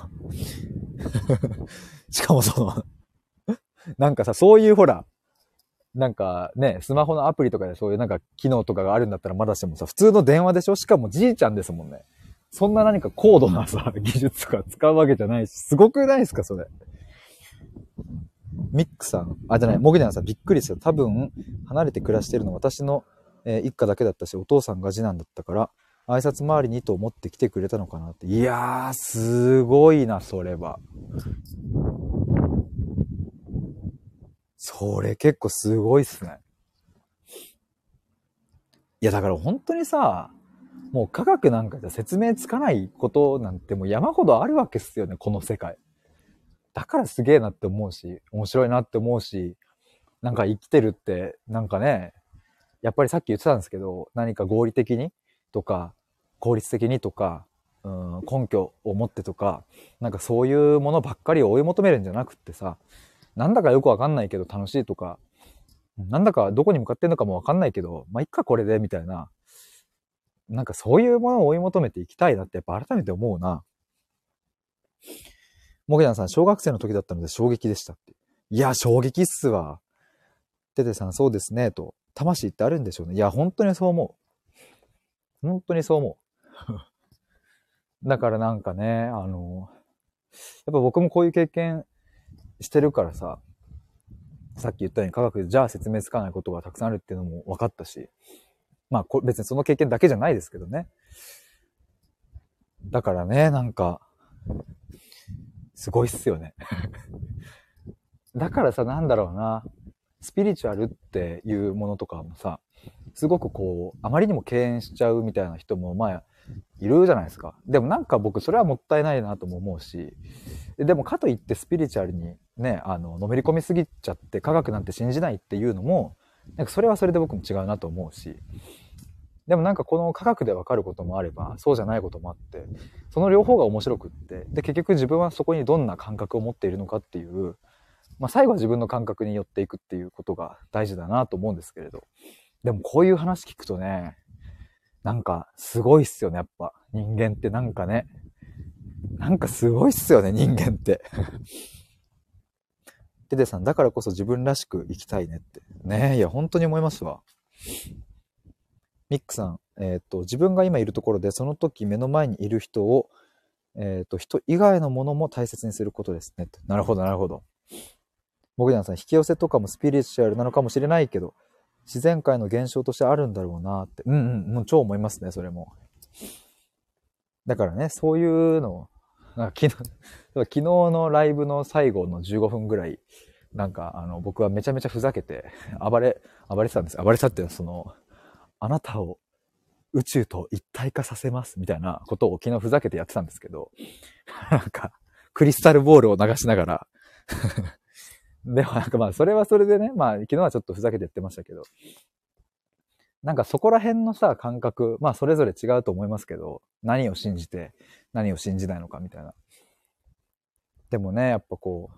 Speaker 1: しかもその、なんかさ、そういうほら、なんかね、スマホのアプリとかでそういうなんか機能とかがあるんだったらまだしてもさ、普通の電話でしょ？しかもじいちゃんですもんね。そんな何か高度なさ、技術とか使うわけじゃないし、すごくないですか、それ。ミックさん、じゃない、モグニャンさんびっくりですよ。多分、離れて暮らしてるの私の、一家だけだったし、お父さんが次男だったから、挨拶回りにと思って来てくれたのかなって。いやー、すごいな、それは。それ結構すごいっすね。いや、だから本当にさ、もう科学なんかじゃ説明つかないことなんてもう山ほどあるわけっすよね、この世界。だからすげえなって思うし、面白いなって思うし、なんか生きてるって、なんかね、やっぱりさっき言ってたんですけど、何か合理的にとか、効率的にとか、根拠を持ってとか、なんかそういうものばっかりを追い求めるんじゃなくってさ、なんだかよくわかんないけど楽しいとか、なんだかどこに向かってんのかもわかんないけど、まあ、いっかこれで、みたいな、なんかそういうものを追い求めていきたいなってやっぱ改めて思うな。もげなさん、小学生の時だったので衝撃でしたって。いや、衝撃っすわ。ててさん、そうですね、と。魂ってあるんでしょうね。いや、本当にそう思う。本当にそう思う。だからなんかね、やっぱ僕もこういう経験してるからさ、さっき言ったように科学でじゃあ説明つかないことがたくさんあるっていうのも分かったし、まあ別にその経験だけじゃないですけどね。だからね、なんか、すごいっすよね。だからさ、なんだろうな、スピリチュアルっていうものとかもさ、すごくこう、あまりにも敬遠しちゃうみたいな人も、まあ、いるじゃないですか。でもなんか僕、それはもったいないなとも思うし、でもかといってスピリチュアルにね、のめり込みすぎちゃって科学なんて信じないっていうのも、なんかそれはそれで僕も違うなと思うし、でもなんかこの科学でわかることもあれば、そうじゃないこともあって、その両方が面白くって、で、結局自分はそこにどんな感覚を持っているのかっていう、まあ最後は自分の感覚に寄っていくっていうことが大事だなと思うんですけれど、でもこういう話聞くとね、なんかすごいっすよね、やっぱ。人間ってなんかね、なんかすごいっすよね、人間って。テテさん、だからこそ自分らしく生きたいねって。ねえ、いや、本当に思いますわ。ミックさん、自分が今いるところで、その時目の前にいる人を、 人以外のものも大切にすることですね。なるほど、なるほど。僕にさん、引き寄せとかもスピリチュアルなのかもしれないけど、自然界の現象としてあるんだろうなって。もう超思いますね、それも。だからね、そういうの、昨日のライブの最後の15分ぐらい、僕はめちゃめちゃふざけて、暴れてたんです。暴れてたっていうのは、あなたを宇宙と一体化させますみたいなことを昨日ふざけてやってたんですけど、クリスタルボールを流しながら、でもそれはそれでね、昨日はちょっとふざけてやってましたけど、そこら辺のさ、感覚、それぞれ違うと思いますけど、何を信じて、何を信じないのかみたいな。でもね、やっぱ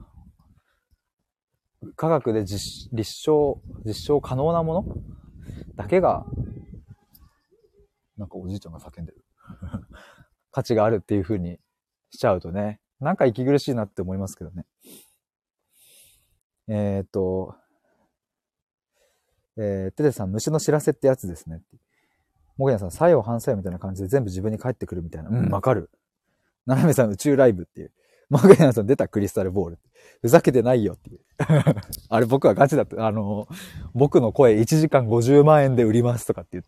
Speaker 1: 科学で実証可能なものだけが、おじいちゃんが叫んでる。価値があるっていう風にしちゃうとね、息苦しいなって思いますけどね。テテさん、虫の知らせってやつですね。もぐやさん、作用反作用みたいな感じで全部自分に返ってくるみたいな。わかる。ななめさん、宇宙ライブっていう。もぐやさん、出たクリスタルボール。ふざけてないよっていう。あれ、僕はガチだった。僕の声1時間50万円で売りますとかって言って。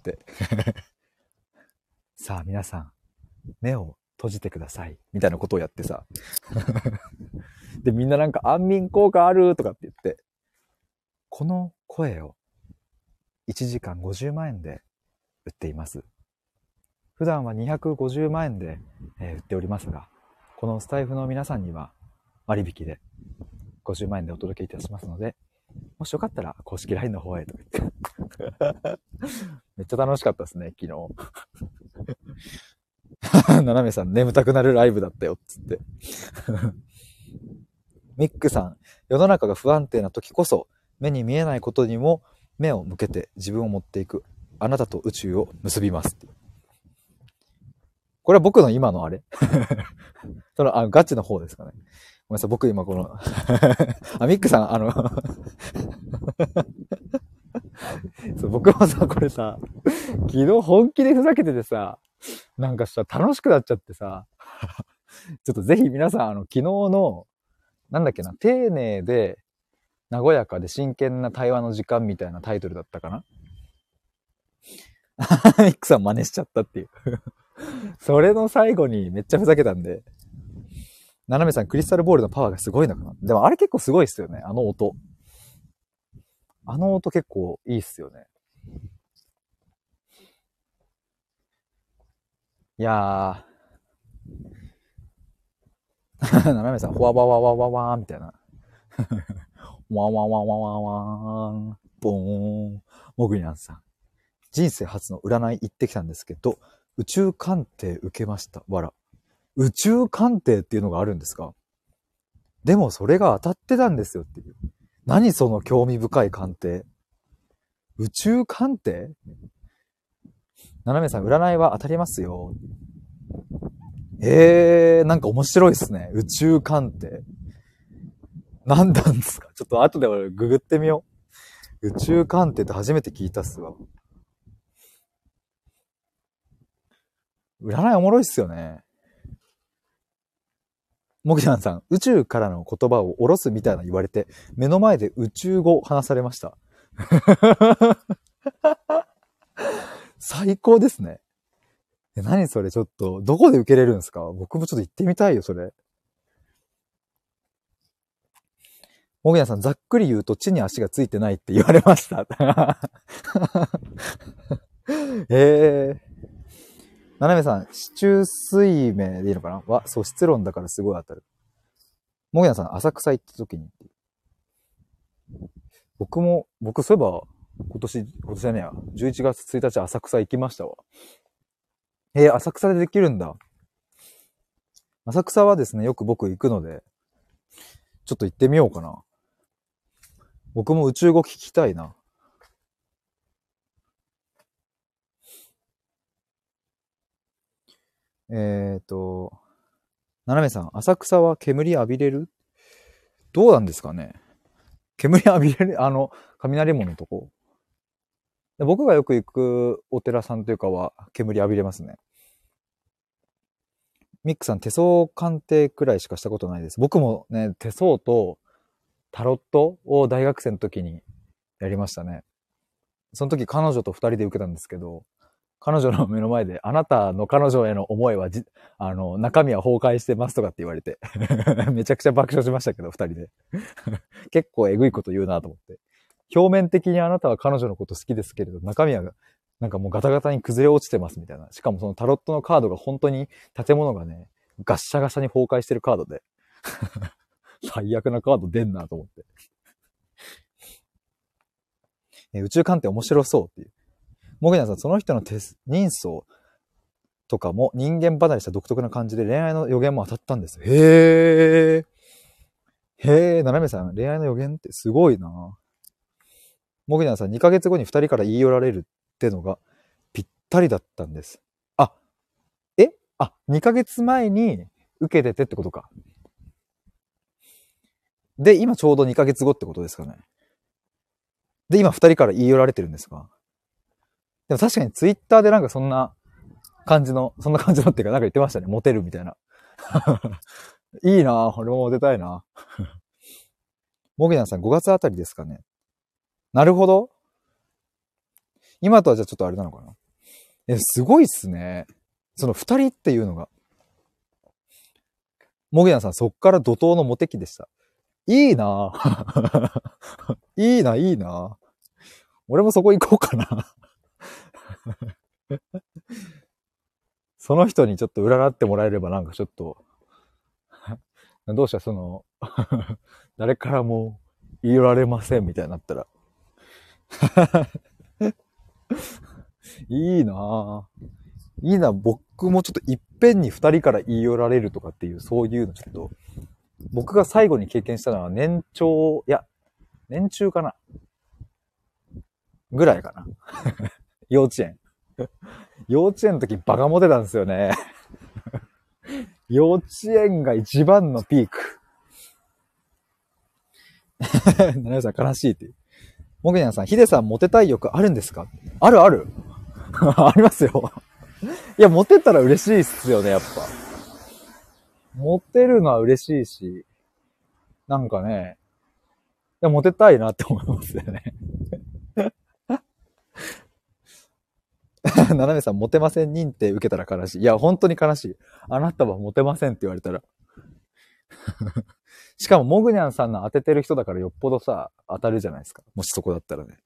Speaker 1: さあ、皆さん、目を閉じてください。みたいなことをやってさ。で、みんな安眠効果あるとかって言って、この声を1時間50万円で売っています。普段は250万円で、売っておりますが、このスタイフの皆さんには割引で50万円でお届けいたしますので、もしよかったら公式 LINE の方へとか言って。めっちゃ楽しかったですね、昨日。ななめさん、眠たくなるライブだったよ、つって。ミックさん、世の中が不安定な時こそ、目に見えないことにも目を向けて自分を持っていく。あなたと宇宙を結びます。これは僕の今のあれガチの方ですかね。ごめんなさい、僕今このミックさん、そう僕もさ、これさ、昨日本気でふざけててさ、楽しくなっちゃってさ、ちょっとぜひ皆さん、昨日の、丁寧で、和やかで真剣な対話の時間みたいなタイトルだったかなミックさん真似しちゃったっていう。それの最後にめっちゃふざけたんで、ななめさんクリスタルボールのパワーがすごいのかな。でもあれ結構すごいっすよね、あの音。あの音結構いいっすよね。いやー、ななめさん、ほわわわわわわーみたいな。わわわわわわーん、ボーン。もぐりなんさん。人生初の占い行ってきたんですけど、宇宙鑑定受けました。わら。宇宙鑑定っていうのがあるんですか？でもそれが当たってたんですよっていう。何その興味深い鑑定。宇宙鑑定？ななめさん、占いは当たりますよ。面白いっすね。宇宙鑑定。何なんですか？ちょっと後で俺ググってみよう。宇宙鑑定って初めて聞いたっすわ。占いおもろいっすよね。もぎちゃんさん、宇宙からの言葉を下ろすみたいな言われて、目の前で宇宙語話されました。最高ですね。何それちょっと、どこで受けれるんですか？僕もちょっと行ってみたいよ、それ。もぎなさん、ざっくり言うと地に足がついてないって言われました。ななめさん、市中水明でいいのかなは、素質論だからすごい当たる。もぎなさん、浅草行った時に。僕そういえば、今年はねや、11月1日浅草行きましたわ。浅草でできるんだ。浅草はですね、よく僕行くので、ちょっと行ってみようかな。僕も宇宙語聞きたいな。ななめさん、浅草は煙浴びれる？どうなんですかね？煙浴びれる雷門のとこ。で僕がよく行くお寺さんというかは、煙浴びれますね。 ミックさん、手相鑑定くらいしかしたことないです。僕もね、手相とタロットを大学生の時にやりましたね。その時彼女と二人で受けたんですけど、彼女の目の前で、あなたの彼女への思いは中身は崩壊してますとかって言われて、めちゃくちゃ爆笑しましたけど、二人で。結構えぐいこと言うなと思って。表面的にあなたは彼女のこと好きですけれど、中身はなんかもうガタガタに崩れ落ちてますみたいな。しかもそのタロットのカードが本当に建物がね、ガッシャガシャに崩壊してるカードで、最悪なカード出んなと思って。宇宙鑑定面白そうっていう。もぐにゃさん、その人の人相とかも人間離れした独特な感じで恋愛の予言も当たったんです。へー。へー、ななめさん、恋愛の予言ってすごいな。もぐにゃさん、2ヶ月後に2人から言い寄られるってのがぴったりだったんです。あ、2ヶ月前に受けててってことか。で、今ちょうど2ヶ月後ってことですかね。で、今2人から言い寄られてるんですが。でも確かにツイッターでなんかそんな感じのっていうかなんか言ってましたね。モテるみたいな。いいなぁ。俺もモテたいな。もぎなさん5月あたりですかね。なるほど。今とはじゃあちょっとあれなのかな。すごいっすね。その2人っていうのが。もぎなさんそっから怒涛のモテ期でした。いいなぁ。いいな、いいな。俺もそこ行こうかな。その人にちょっと占ってもらえればなんかちょっと、どうした誰からも言い寄られませんみたいになったら。いいなぁ。いいな、僕もちょっといっぺんに2人から言い寄られるとかっていう、そういうのちょっと、僕が最後に経験したのは年中かなぐらいかな。幼稚園。幼稚園の時バカモテたんですよね。幼稚園が一番のピーク。七代さん悲しいっていう。もぐにゃんさん、ヒデさんモテたい欲あるんですか？あるある。ありますよ。いや、モテたら嬉しいっすよね、やっぱ。モテるのは嬉しいし、なんかね、いや、モテたいなって思いますよね。ななめさん、モテません認定受けたら悲しい。いや、本当に悲しい。あなたはモテませんって言われたら。しかも、もぐにゃんさんの当ててる人だからよっぽどさ、当たるじゃないですか。もしそこだったらね。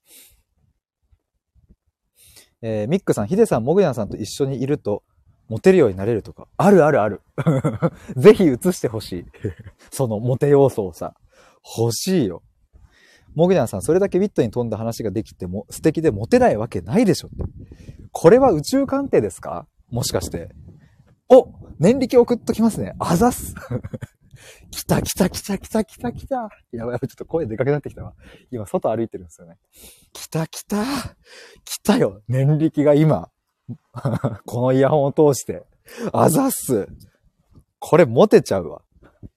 Speaker 1: ミックさん、ヒデさん、もぐにゃんさんと一緒にいると、モテるようになれるとか。あるあるある。ぜひ映してほしい。そのモテ要素をさ。欲しいよ。もぐにゃんさん、それだけウィットに富んだ話ができても素敵でモテないわけないでしょって。これは宇宙鑑定ですか？もしかして。お、念力送っときますね。あざっす。来た来た来た来た来た来た。やばい、ちょっと声でかくなってきたわ。今、外歩いてるんですよね。来た来た。来たよ。念力が今。このイヤホンを通して。あざっす。これモテちゃうわ。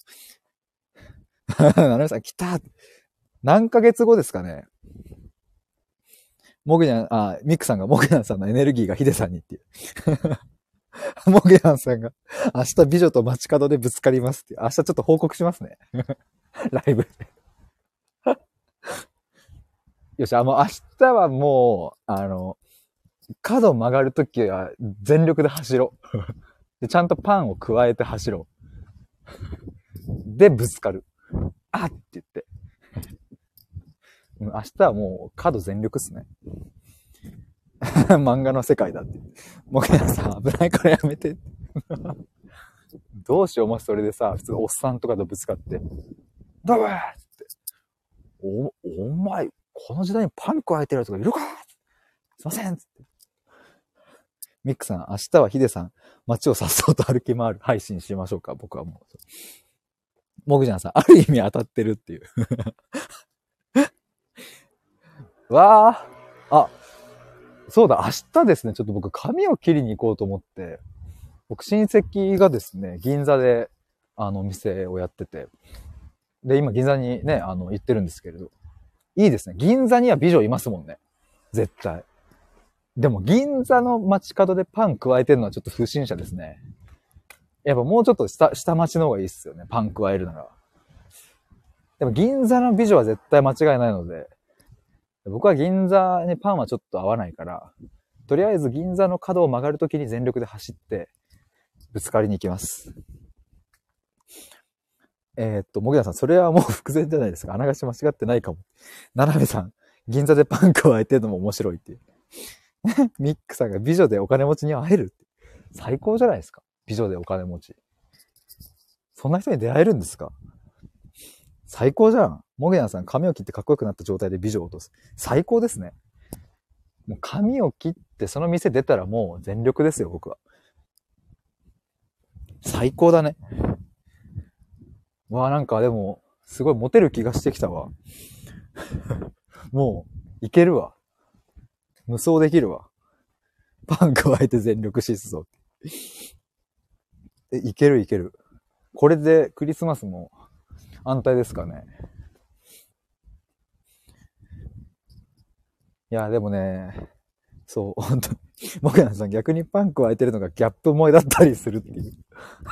Speaker 1: なるさん、来た。何ヶ月後ですかね。もぐにゃん、ミックさんがもぐにゃんさんのエネルギーがヒデさんにっていう。もぐにゃんさんが、明日美女と街角でぶつかりますっていう。明日ちょっと報告しますね。ライブで。よし、もう明日はもう、角曲がるときは全力で走ろう。で。ちゃんとパンを加えて走ろう。で、ぶつかる。あって言って。明日はもう角全力っすね。漫画の世界だって。もぐにゃんさん危ないからやめて。どうしようもしそれでさ、普通おっさんとかとぶつかって。どうもーって。お前、この時代にパン加えてるやつがいるか？すいませんつって。ミックさん、明日はヒデさん、街をさっそうと歩き回る配信しましょうか。僕はもう。もぐじゃんさん、ある意味当たってるっていう。わー。そうだ、明日ですね、ちょっと僕髪を切りに行こうと思って、僕親戚がですね、銀座で、店をやってて、で、今銀座にね、行ってるんですけれど、いいですね。銀座には美女いますもんね。絶対。でも銀座の街角でパン加えてるのはちょっと不審者ですね。 やっぱもうちょっと下町の方がいいっすよね。パン加えるなら。でも銀座の美女は絶対間違いないので、僕は銀座にパンはちょっと合わないから、とりあえず銀座の角を曲がるときに全力で走って、ぶつかりに行きます。もぎなさん、それはもう伏線じゃないですか。あながち間違ってないかも。ななめさん、銀座でパン加えてるのも面白いっていう。ミックさんが美女でお金持ちに会えるって。最高じゃないですか。美女でお金持ち。そんな人に出会えるんですか？最高じゃん。もぎなさん、髪を切ってかっこよくなった状態で美女を落とす。最高ですね。もう髪を切ってその店出たらもう全力ですよ、僕は。最高だね。わあ、なんかでも、すごいモテる気がしてきたわ。もう、いけるわ。無双できるわ。パン加えて全力疾走。いけるいける。これでクリスマスも安泰ですかね。いや、でもね、そう、本当に、もぐなさん逆にパン加えてるのがギャップ萌えだったりするっていう。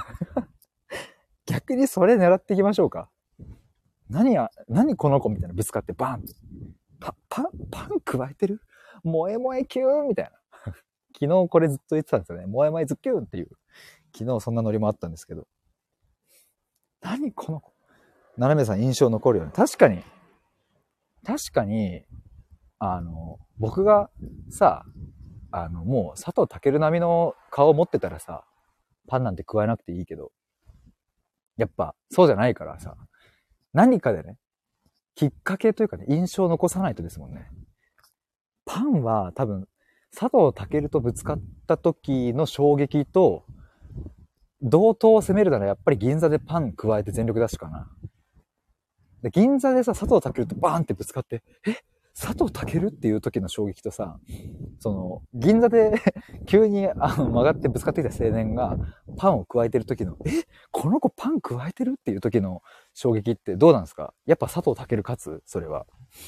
Speaker 1: 逆にそれ狙っていきましょうか。何この子みたいなぶつかってバーンって。パン加えてる萌え萌えキューンみたいな。昨日これずっと言ってたんですよね。萌え萌えズッキューンっていう。昨日そんなノリもあったんですけど。何この子。斜めさん印象残るよね。確かに、僕がさ、もう佐藤健並みの顔を持ってたらさ、パンなんて加えなくていいけど、やっぱそうじゃないからさ、何かでね、きっかけというかね、印象を残さないとですもんね。パンは多分、佐藤健とぶつかった時の衝撃と、同等を攻めるならやっぱり銀座でパン加えて全力出しかな。で、銀座でさ、佐藤健とバーンってぶつかって、佐藤健っていう時の衝撃とさ、銀座で急に曲がってぶつかってきた青年がパンを加えてる時の、この子パン加えてるっていう時の衝撃ってどうなんですか？やっぱ佐藤健勝つ？それは。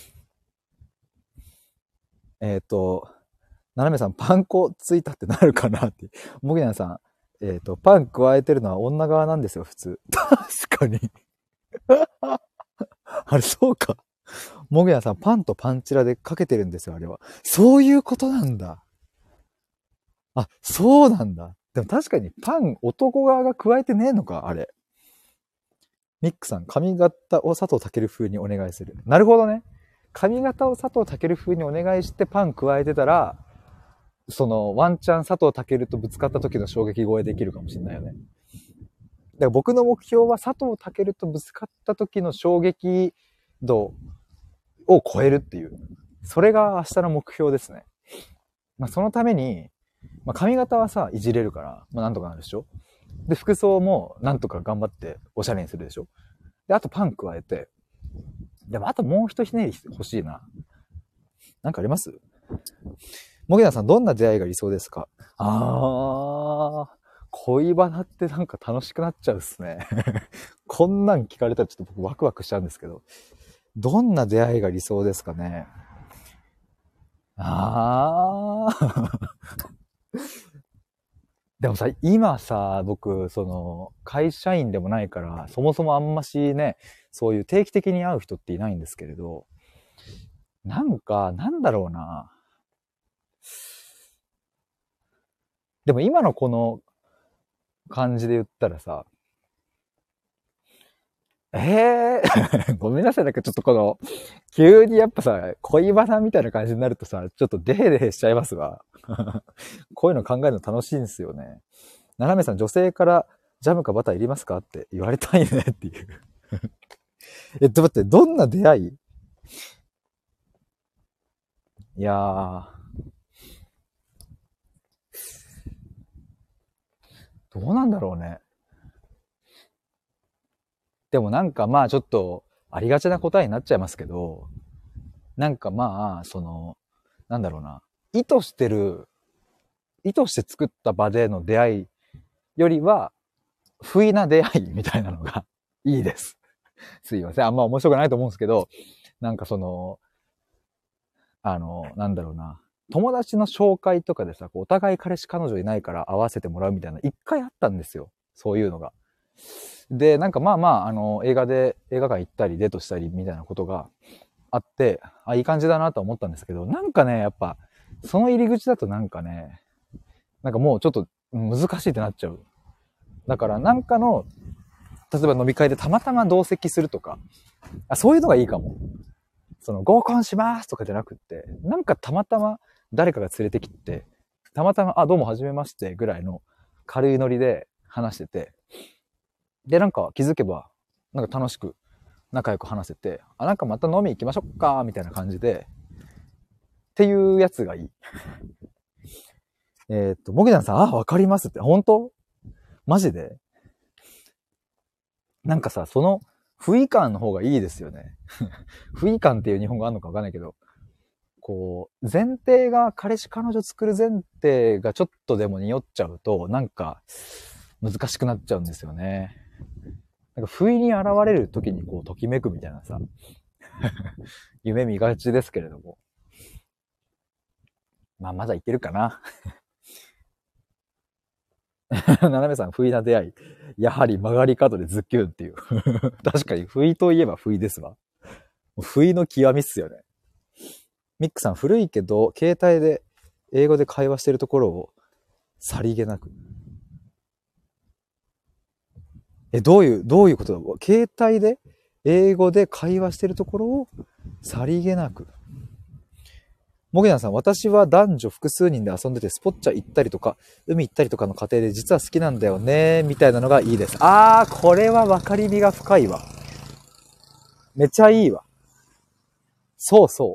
Speaker 1: ななめさん、パン粉ついたってなるかなって。もぎなさん、パン加えてるのは女側なんですよ、普通。確かに。あれ、そうか。もぎなさん、パンとパンチラでかけてるんですよ、あれは。そういうことなんだ。あ、そうなんだ。でも確かにパン、男側が加えてねえのか、あれ。ミックさん、髪型を佐藤健風にお願いする。なるほどね。髪型を佐藤健風にお願いしてパン加えてたら、ワンチャン佐藤健とぶつかった時の衝撃超えできるかもしれないよね。だから僕の目標は佐藤健とぶつかった時の衝撃度を超えるっていう。それが明日の目標ですね。まあ、そのために、まあ、髪型はさ、いじれるから、まあ、なんとかなるでしょ。で、服装もなんとか頑張っておしゃれにするでしょ。で、あとパン加えて、でもあともう一ひねり欲しいな。なんかあります？もぎなさん、どんな出会いが理想ですか？恋バナってなんか楽しくなっちゃうっすね。こんなん聞かれたらちょっと僕ワクワクしちゃうんですけど。どんな出会いが理想ですかね？でもさ、今さ、僕、会社員でもないから、そもそもあんましね、そういう定期的に会う人っていないんですけれど、なんか、なんだろうな。でも今のこの感じで言ったらさ、ごめんなさい、なんかちょっと急にやっぱさ、恋バナみたいな感じになるとさ、ちょっとデヘデヘしちゃいますわ。こういうの考えるの楽しいんですよね。ななめさん、女性からジャムかバターいりますかって言われたいねっていう。待って、どんな出会い？いやー、どうなんだろうね。でもなんかまあちょっと、ありがちな答えになっちゃいますけど、なんかまあ、なんだろうな。意図して作った場での出会いよりは、不意な出会いみたいなのがいいです。すいません。あんま面白くないと思うんですけど、なんかなんだろうな。友達の紹介とかでさ、お互い彼氏彼女いないから会わせてもらうみたいな、一回あったんですよ。 そういうのが。で、なんかまあまあ、映画館行ったりデートしたりみたいなことがあって、あ、いい感じだなと思ったんですけど、なんかね、やっぱ、その入り口だとなんかね、なんかもうちょっと難しいってなっちゃう。だからなんかの、例えば飲み会でたまたま同席するとか、そういうのがいいかも。その合コンしますとかじゃなくって、なんかたまたま誰かが連れてきて、たまたま、どうもはじめましてぐらいの軽いノリで話してて、で、なんか気づけば、なんか楽しく仲良く話せて、なんかまた飲み行きましょうか、みたいな感じで、っていうやつがいい。もぎだんさん、わかりますって、本当？マジで？なんかさ、その、不意感の方がいいですよね。不意感っていう日本語あるのかわかんないけど、こう、前提が、彼氏彼女作る前提がちょっとでも匂っちゃうと、なんか、難しくなっちゃうんですよね。なんか、不意に現れる時にこう、ときめくみたいなさ、夢見がちですけれども。まあ、まだいけるかな。ななめさん、不意な出会い。やはり曲がり角でズッキュンっていう。確かに、不意といえば不意ですわ。不意の極みっすよね。ミックさん、古いけど、携帯で英語で会話してるところをさりげなく。どういうことだ？携帯で英語で会話してるところをさりげなく。もげなさん、私は男女複数人で遊んでてスポッチャ行ったりとか、海行ったりとかの過程で実は好きなんだよね、みたいなのがいいです。これは分かりみが深いわ。めちゃいいわ。そうそう。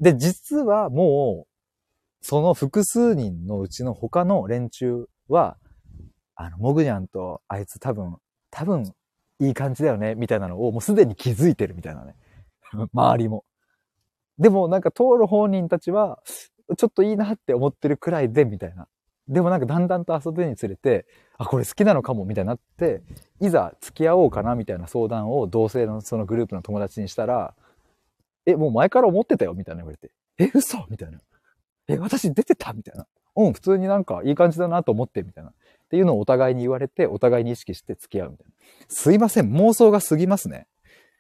Speaker 1: で、実はもう、その複数人のうちの他の連中は、もぐにゃんとあいつ多分、いい感じだよね、みたいなのをもうすでに気づいてるみたいなね。周りも。でもなんか通る本人たちは、ちょっといいなって思ってるくらいで、みたいな。でもなんかだんだんと遊ぶにつれて、これ好きなのかも、みたいになって、いざ付き合おうかな、みたいな相談を同性のそのグループの友達にしたら、もう前から思ってたよ、みたいな言われて。嘘みたいな。私出てたみたいな。普通になんかいい感じだなと思って、みたいな。っていうのをお互いに言われて、お互いに意識して付き合うみたいな。すいません、妄想が過ぎますね。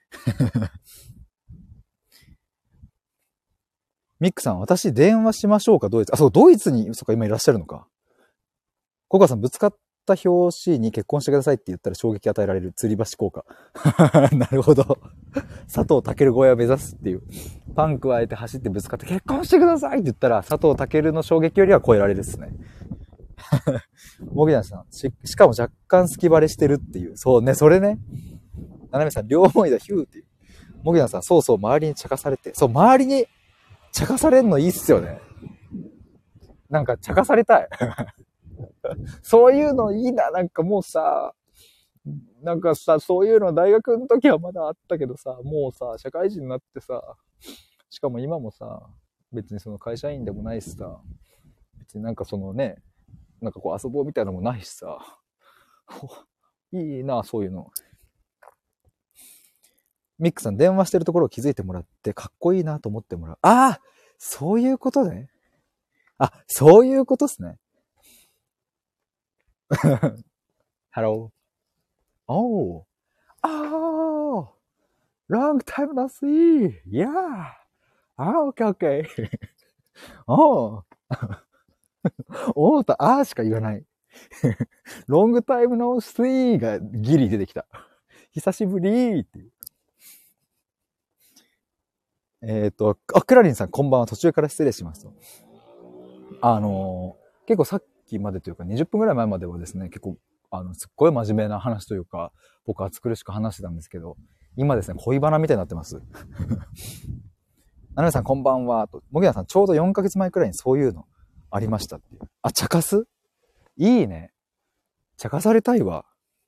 Speaker 1: ミックさん、私電話しましょうか、ドイツ。そう、ドイツに、今いらっしゃるのか。コカさん、ぶつかった表紙に結婚してくださいって言ったら衝撃与えられる吊り橋効果。なるほど。佐藤健超えを目指すっていう。パンクあえて走ってぶつかって結婚してくださいって言ったら佐藤健の衝撃よりは超えられるですね。もぎなさんしかも若干隙バレしてるっていう。そうね、それね。ななめさん、両思いだ、ヒューっていう。もぎなさん、そうそう、周りに茶化されて。そう、周りに茶化されんのいいっすよね。なんか茶化されたい。そういうのいいな、なんかもうさ、なんかさ、そういうの大学の時はまだあったけどさ、もうさ、社会人になってさ、しかも今もさ、別にその会社員でもないしさ、別になんかそのね、なんかこう遊ぼうみたいなのもないしさ、いいな、そういうの。ミックさん、電話してるところを気づいてもらって、かっこいいなと思ってもらう。そういうことね。そういうことっすね。Hello. Oh. Long time no see. Yeah. Okay, okay. しか言わない。ロングタイムのスイーがギリ出てきた。久しぶりっていう。クラリンさんこんばんは。途中から失礼しますと。結構さっきまでというか20分ぐらい前まではですね、結構、すっごい真面目な話というか、僕は暑苦しく話してたんですけど、今ですね、恋バナみたいになってます。ななめさんこんばんはと。もぎなさんちょうど4ヶ月前くらいにそういうのありましたっていう。茶化す？いいね。茶化されたいわ。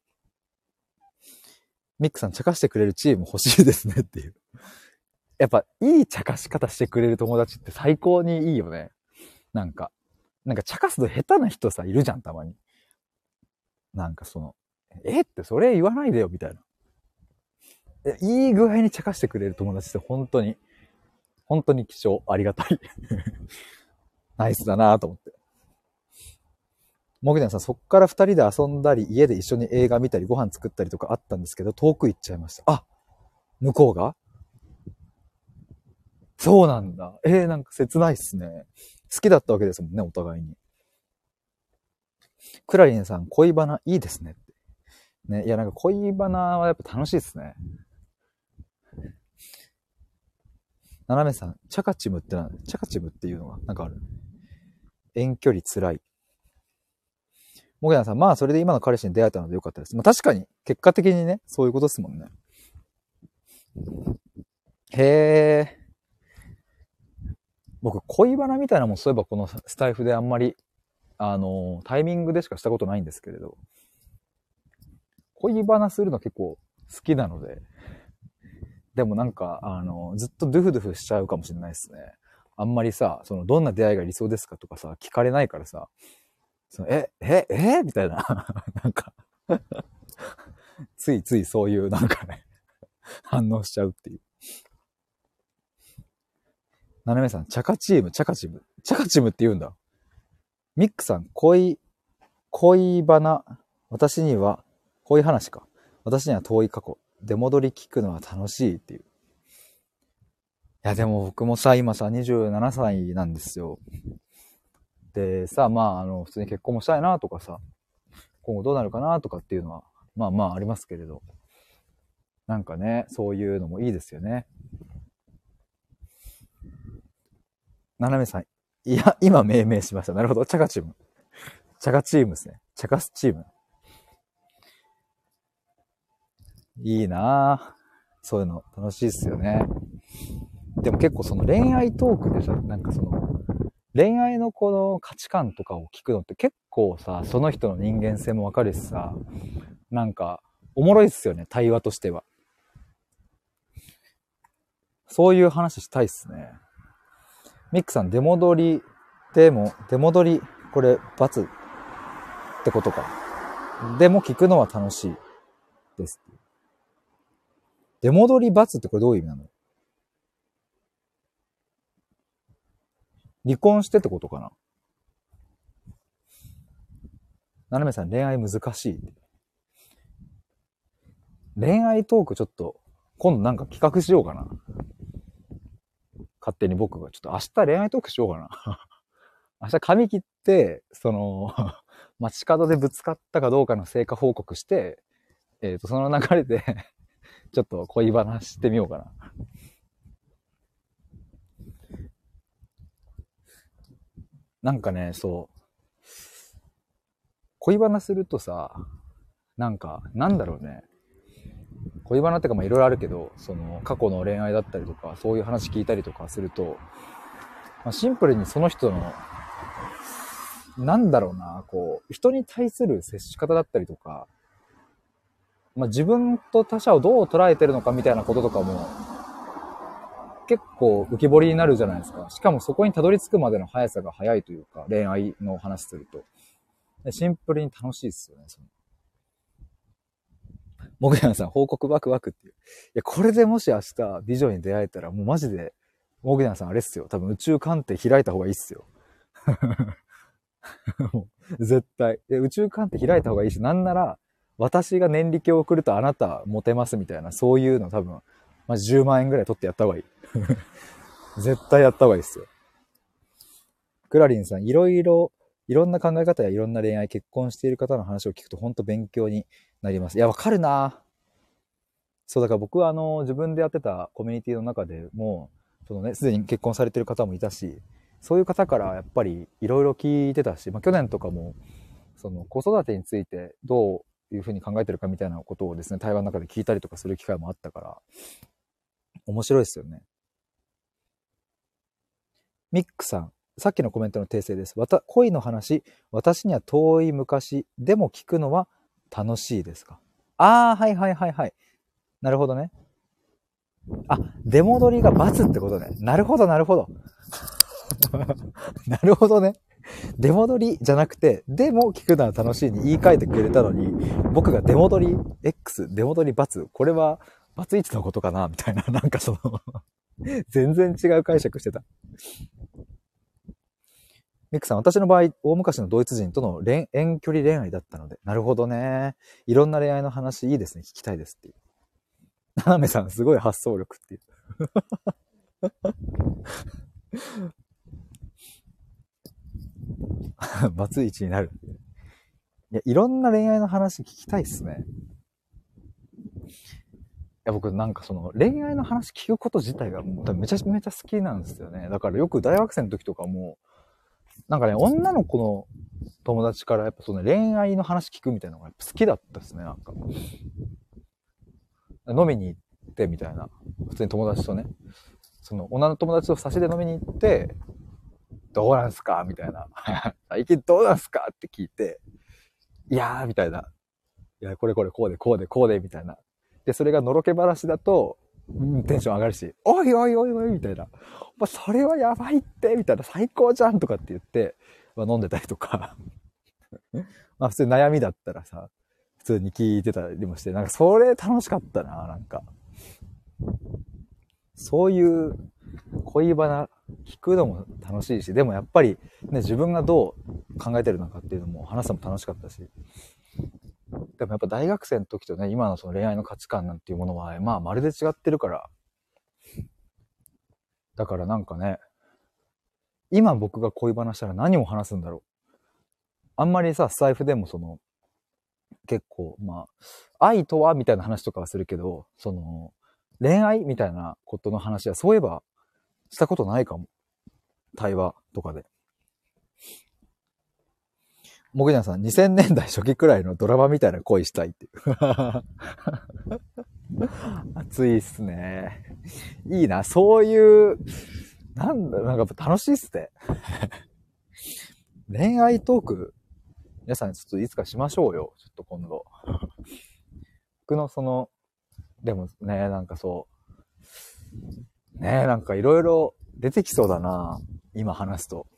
Speaker 1: ミックさん茶化してくれるチーム欲しいですねっていう。やっぱいい茶化し方してくれる友達って最高にいいよね。なんか茶化すと下手な人さ、いるじゃん、たまに。なんかその、ってそれ言わないでよ、みたいな。いい具合に茶化してくれる友達って本当に貴重、ありがたい。ナイスだなと思って。 もぐにゃんさん、そっから二人で遊んだり、家で一緒に映画見たり、ご飯作ったりとかあったんですけど、遠く行っちゃいました。あ、向こうがそうなんだ。なんか切ないっすね。好きだったわけですもんね、お互いに。クラリンさん、恋バナいいですね。ね、いや、なんか恋バナはやっぱ楽しいですね。ななめさん、チャカチムってチャカチムっていうのがなんかある。遠距離辛い。もげなさん、まあそれで今の彼氏に出会えたのでよかったです。まあ確かに、結果的にね、そういうことですもんね。へえ。僕、恋バナみたいなもん、そういえばこのスタイフであんまり、タイミングでしかしたことないんですけれど、恋バナするの結構好きなので、でもなんか、ずっとドゥフドゥフしちゃうかもしれないですね。あんまりさ、どんな出会いが理想ですかとかさ、聞かれないからさ、みたいな、なんかついついそういうなんかね、反応しちゃうっていう。ななめさん、チャカチーム、チャカチム。チャカチムって言うんだ。ミックさん、恋バナ。私には、恋話か。私には遠い過去。出戻り聞くのは楽しいっていう。いや、でも僕もさ、今さ、27歳なんですよ。でさ、まあ、普通に結婚もしたいなとかさ、今後どうなるかなとかっていうのは、まあまあありますけれど。なんかね、そういうのもいいですよね。ななめさん、いや、今命名しました。なるほど。チャカチーム。チャカチームですね。チャカスチーム。いいなぁ。そういうの楽しいっすよね。でも結構その恋愛トークでさ、なんか恋愛のこの価値観とかを聞くのって結構さ、その人の人間性もわかるしさ、なんか、おもろいっすよね、対話としては。そういう話したいっすね。ミックさん、出戻り、これ、罰ってことか。でも聞くのは楽しいです。出戻り罰ってこれどういう意味なの？離婚してってことかな？ななめさん、恋愛難しい。恋愛トークちょっと、今度なんか企画しようかな。勝手に僕が。ちょっと明日恋愛トークしようかな。明日髪切って、街角でぶつかったかどうかの成果報告して、その流れでちょっと恋バナしてみようかな。なんかね、そう。恋バナするとさ、なんか、なんだろうね。恋バナってかまあいろいろあるけど、過去の恋愛だったりとか、そういう話聞いたりとかすると、まあ、シンプルにその人の、なんだろうな、こう、人に対する接し方だったりとか、まあ、自分と他者をどう捉えてるのかみたいなこととかも、結構浮き彫りになるじゃないですか。しかもそこにたどり着くまでの速さが速いというか、恋愛の話すると。シンプルに楽しいですよね。もぐやんさん、報告ワクワクっていう。いや、これでもし明日美女に出会えたら、もうマジで、もぐやんさんあれっすよ。多分宇宙艦艇開いた方がいいっすよ。絶対。宇宙艦艇開いた方がいいし、なんなら、私が念力を送るとあなたモテますみたいな、そういうの多分、まじ10万円ぐらい取ってやった方がいい。絶対やった方がいいっすよ。クラリンさん、いろんな考え方やいろんな恋愛、結婚している方の話を聞くと本当勉強になります。いや、わかるな。そう、だから僕は自分でやってたコミュニティの中でも、すでに結婚されてる方もいたし、そういう方からやっぱりいろいろ聞いてたし、まあ去年とかも、子育てについてどういうふうに考えてるかみたいなことをですね、対話の中で聞いたりとかする機会もあったから、面白いですよね。ミックさん、さっきのコメントの訂正です。恋の話、私には遠い昔、でも聞くのは楽しいですか？ああ、はいはいはいはい。なるほどね。あ、出戻りが罰ってことね。なるほどなるほど。なるほどね。出戻りじゃなくて、でも聞くのは楽しいに言い換えてくれたのに、僕が出戻り X、出戻り×、これは×1のことかなみたいな、なんか全然違う解釈してた。 ミックさん、私の場合、大昔のドイツ人との遠距離恋愛だったので。なるほどね。いろんな恋愛の話いいですね。聞きたいですっていう。ななめさん、すごい発想力っていう。バツイチになる。いや、いろんな恋愛の話聞きたいっすね。いや、僕なんかその恋愛の話聞くこと自体がもうめちゃめちゃ好きなんですよね。だからよく大学生の時とかも、なんかね、女の子の友達からやっぱその恋愛の話聞くみたいなのがやっぱ好きだったですね、なんか。飲みに行ってみたいな。普通に友達とね。その女の友達と差しで飲みに行って、どうなんすかみたいな。最近どうなんすかって聞いて、いやーみたいな。いや、これこれこうでこうでこうでみたいな。で、それがのろけ話だと、テンション上がるし、おいおいおいおいみたいな。お前それはやばいってみたいな。最高じゃんとかって言って、まあ、飲んでたりとか。まあ普通に悩みだったらさ、普通に聞いてたりもして、なんかそれ楽しかったな、なんか。そういう恋バナ聞くのも楽しいし、でもやっぱりね、自分がどう考えてるのかっていうのも話すのも楽しかったし。でもやっぱ大学生の時とね、今のその恋愛の価値観なんていうものは、まあまるで違ってるから。だからなんかね、今僕が恋バナしたら何を話すんだろう。あんまりさ、スタイフでもその、結構、まあ、愛とはみたいな話とかはするけど、その、恋愛みたいなことの話はそういえばしたことないかも。対話とかで。もぐにゃんさん、2000年代初期くらいのドラマみたいな恋したいっていう。熱いっすね。いいな、そういう、なんだ、なんか楽しいっすね。恋愛トーク、皆さんちょっといつかしましょうよ。ちょっと今度。僕のその、でもね、なんかそう、ね、なんかいろいろ出てきそうだな。今話すと。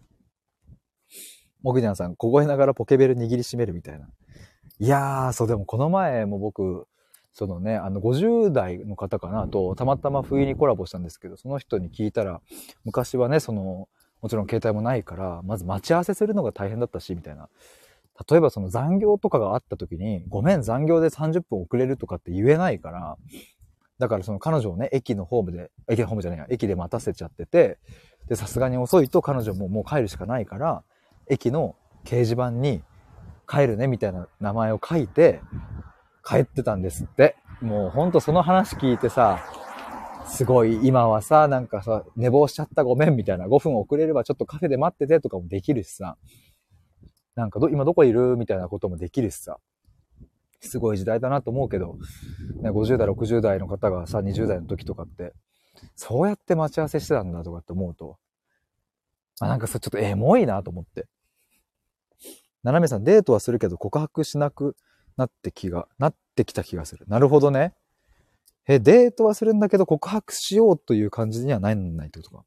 Speaker 1: もぐにゃんさん、凍えながらポケベル握りしめるみたいな。いやー、そう、でもこの前も僕、そのね、50代の方かなと、たまたま不意にコラボしたんですけど、その人に聞いたら、昔はね、その、もちろん携帯もないから、まず待ち合わせするのが大変だったし、みたいな。例えばその残業とかがあった時に、ごめん、残業で30分遅れるとかって言えないから、だからその彼女をね、駅のホームで、駅のホームじゃないや、駅で待たせちゃってて、で、さすがに遅いと彼女ももう帰るしかないから、駅の掲示板に帰るねみたいな名前を書いて帰ってたんですって。もうほんとその話聞いてさ、すごい今はさ、なんかさ、寝坊しちゃったごめんみたいな、5分遅れればちょっとカフェで待っててとかもできるしさ、なんか今どこいるみたいなこともできるしさ、すごい時代だなと思うけど、ね、50代、60代の方がさ、20代の時とかって、そうやって待ち合わせしてたんだとかって思うと、なんかさ、ちょっとエモいなと思って。ななめさん、デートはするけど告白しなくなってきた気がする。なるほどね。デートはするんだけど告白しようという感じにはないってことか。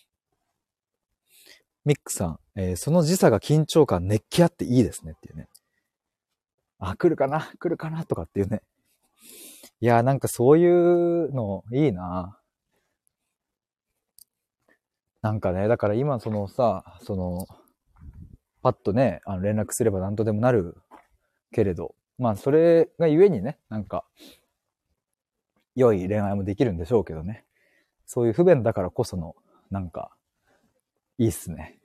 Speaker 1: ミックさん、その時差が緊張感熱気あっていいですねっていうね。来るかなとかっていうね。いや、なんかそういうのいいな。なんかね、だから今そのさ、その、パッとね、連絡すれば何とでもなるけれど、まあそれがゆえにね、なんか、良い恋愛もできるんでしょうけどね。そういう不便だからこその、なんか、いいっすね。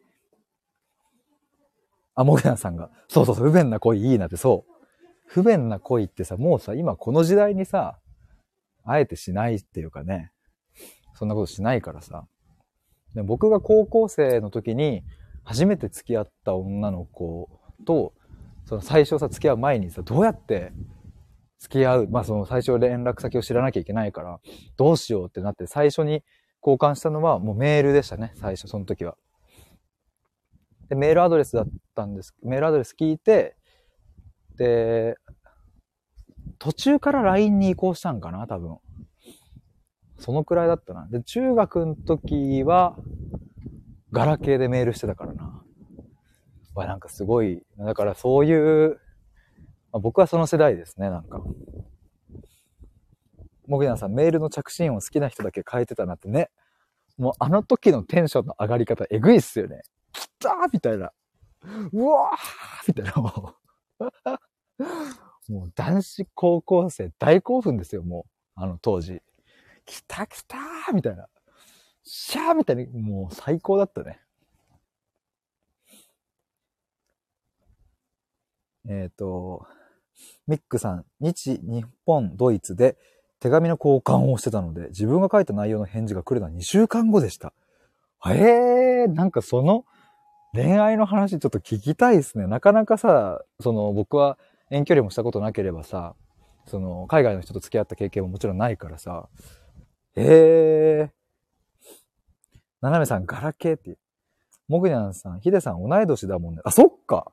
Speaker 1: もぐなさんが、そう、不便な恋いいなって、そう。不便な恋ってさ、もうさ、今この時代にさ、あえてしないっていうかね、そんなことしないからさ。で僕が高校生の時に、初めて付き合った女の子と、その最初さ、付き合う前にさ、どうやって付き合う、まあその最初連絡先を知らなきゃいけないから、どうしようってなって最初に交換したのはもうメールでしたね、最初、その時は。で、メールアドレスだったんです。メールアドレス聞いて、で、途中から LINE に移行したんかな、多分。そのくらいだったな。で、中学の時は、ガラケーでメールしてたからな。なんかすごい、だからそういう、僕はその世代ですね、なんか。もぐやんさん、メールの着信音好きな人だけ変えてたなってね。もうあの時のテンションの上がり方、えぐいっすよね。 来たーみたいな。うわーみたいな。もう男子高校生大興奮ですよ、もう。当時。来た来たーみたいな。シャーみたいに、もう最高だったね。ミックさん、日本、ドイツで手紙の交換をしてたので、自分が書いた内容の返事が来るのは2週間後でした。なんかその恋愛の話ちょっと聞きたいですね。なかなかさ、僕は遠距離もしたことなければさ、海外の人と付き合った経験ももちろんないからさ、ななめさん、ガラケーって。もぐにゃんさん、ひでさん同い年だもんね。あ、そっか、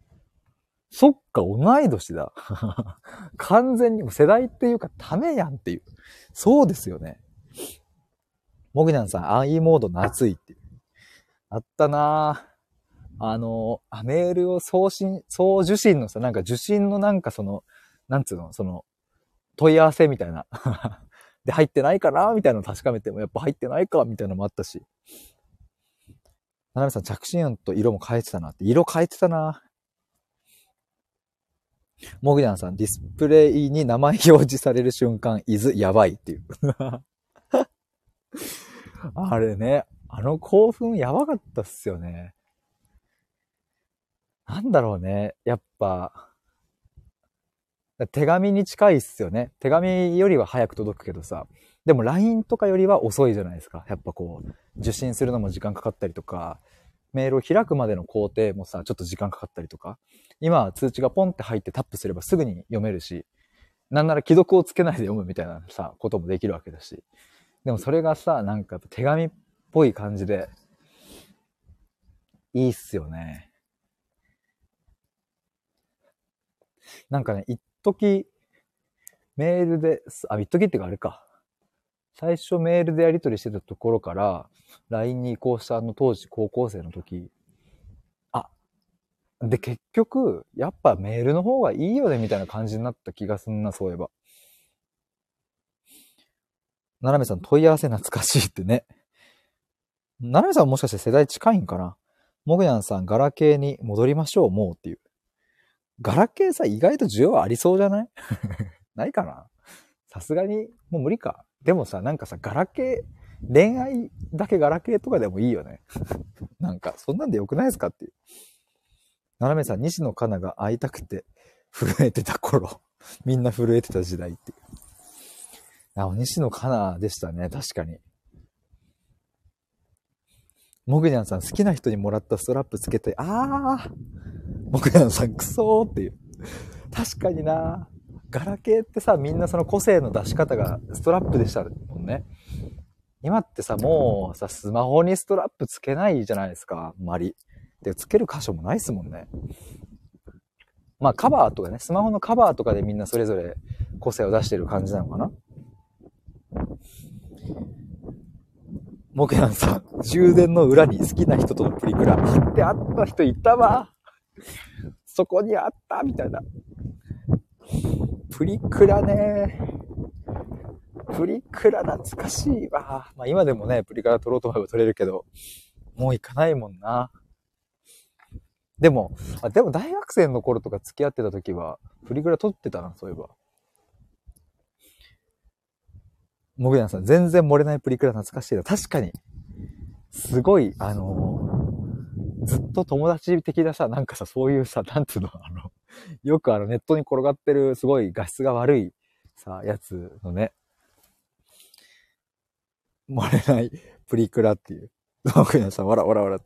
Speaker 1: 同い年だ。完全に、世代っていうか、ためやんっていう。そうですよね。もぐにゃんさん、i モード夏いっていう。あったなぁ。メールを送受信のさ、なんか受信のなんかなんつうの、問い合わせみたいな。で、入ってないかなみたいなの確かめても、やっぱ入ってないかみたいなのもあったし。ななめさん、着信音と色も変えてたなって。色変えてたな。もぐにゃんさん、ディスプレイに名前表示される瞬間、やばいっていう。あれね、興奮やばかったっすよね。なんだろうね。やっぱ、手紙に近いっすよね。手紙よりは早く届くけどさ。でも LINE とかよりは遅いじゃないですか。やっぱこう、受信するのも時間かかったりとか、メールを開くまでの工程もさ、ちょっと時間かかったりとか。今は通知がポンって入ってタップすればすぐに読めるし、なんなら既読をつけないで読むみたいなさ、こともできるわけだし。でもそれがさ、なんか手紙っぽい感じで、いいっすよね。なんかね、一時メールで、一時っていうかあれか。最初メールでやり取りしてたところから、LINE に移行した当時高校生の時、で、結局、やっぱメールの方がいいよね、みたいな感じになった気がすんな、そういえば。ななめさん、問い合わせ懐かしいってね。ななめさんはもしかして世代近いんかな。もぐやんさん、ガラケーに戻りましょう、もうっていう。ガラケーさ、意外と需要ありそうじゃないないかな。さすがに、もう無理か。でもさ、なんかさ、ガラケー、恋愛だけガラケーとかでもいいよね。なんか、そんなんでよくないですかっていう。ななめさん、西野カナが会いたくて震えてた頃。みんな震えてた時代っていう。西野カナでしたね、確かに。もぐにゃんさん、好きな人にもらったストラップつけて、もぐにゃんさん、クソーっていう。確かにな。ガラケーってさ、みんなその個性の出し方がストラップでしたもんね。今ってさ、もうさ、スマホにストラップつけないじゃないですか、あんまり。で、つける箇所もないっすもんね。まあ、カバーとかね、スマホのカバーとかでみんなそれぞれ個性を出してる感じなのかな。モケヤンさん、充電の裏に好きな人とのプリクラ貼ってあった人いたわ。そこにあったみたいな。プリクラね。プリクラ懐かしいわ。まあ今でもね、プリクラ撮ろうと思えば撮れるけど、もう行かないもんな。でも大学生の頃とか付き合ってた時は、プリクラ撮ってたな、そういえば。もぐやんさん、全然漏れないプリクラ懐かしいな。確かに。すごい、ずっと友達的なさ、なんかさ、そういうさ、なんつうの、よくネットに転がってる、すごい画質が悪いさ、やつのね、漏れないプリクラっていう。もぐやんさん、わらって。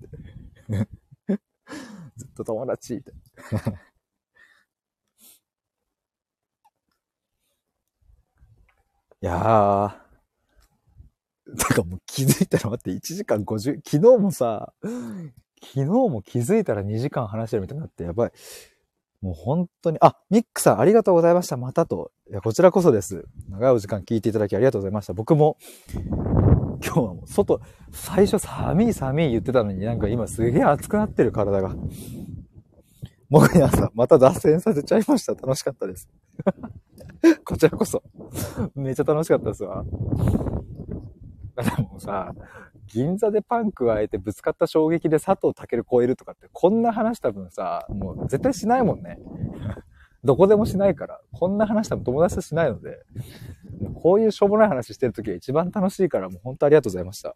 Speaker 1: ずっと友達みたいな。いやー。てかもう気づいたら待って、1時間50、昨日も気づいたら2時間話してるみたいになってやばい。もう本当に、ミックさんありがとうございました。またと。いや、こちらこそです。長いお時間聞いていただきありがとうございました。僕も、今日はもう最初寒い言ってたのになんか今すげえ熱くなってる体が。もぐやさん、また脱線させちゃいました。楽しかったです。こちらこそ。めっちゃ楽しかったですわ。でもさ、 銀座でパン加えてぶつかった衝撃で佐藤健超えるとかって、こんな話多分さ、もう絶対しないもんね。どこでもしないから。こんな話多分友達としないので、こういうしょうもない話してるときが一番楽しいから、もう本当ありがとうございました。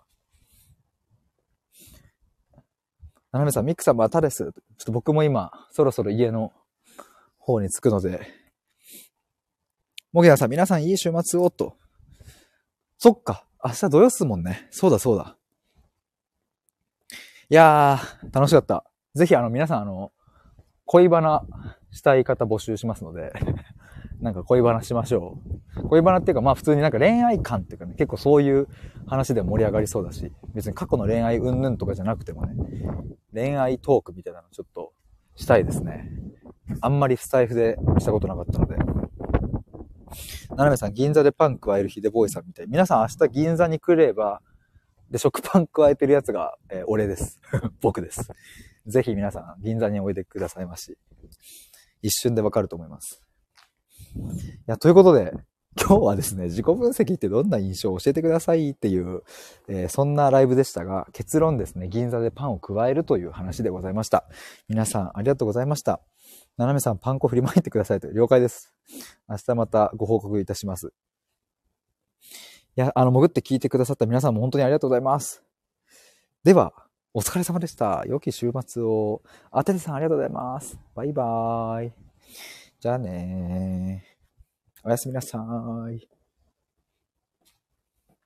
Speaker 1: ななめさん、ミックさんまたです。ちょっと僕も今、そろそろ家の方に着くので、もぎなさん、皆さんいい週末をと。そっか。明日土曜っすもんね。そうだそうだ。いやー、楽しかった。ぜひ皆さん恋バナしたい方募集しますので、なんか恋バナしましょう。恋バナっていうか、まあ普通になんか恋愛観っていうかね、結構そういう話で盛り上がりそうだし、別に過去の恋愛云々とかじゃなくてもね、恋愛トークみたいなのちょっとしたいですね。あんまりスタイフでしたことなかったので。ななめさん、銀座でパン加えるヒデボーイさんみたい。皆さん明日銀座に来れば、で、食パン加えてるやつが、俺です。僕です。ぜひ皆さん、銀座においでくださいまし。一瞬でわかると思います。いや、ということで、今日はですね、自己分析ってどんな印象を教えてくださいっていう、そんなライブでしたが、結論ですね、銀座でパンを加えるという話でございました。皆さん、ありがとうございました。ななめさん、パン粉振りまいてくださいと了解です。明日またご報告いたします。いや、潜って聞いてくださった皆さんも本当にありがとうございます。では、お疲れ様でした。良き週末を。あててさんありがとうございます。バイバーイ。じゃあねー。おやすみなさーい。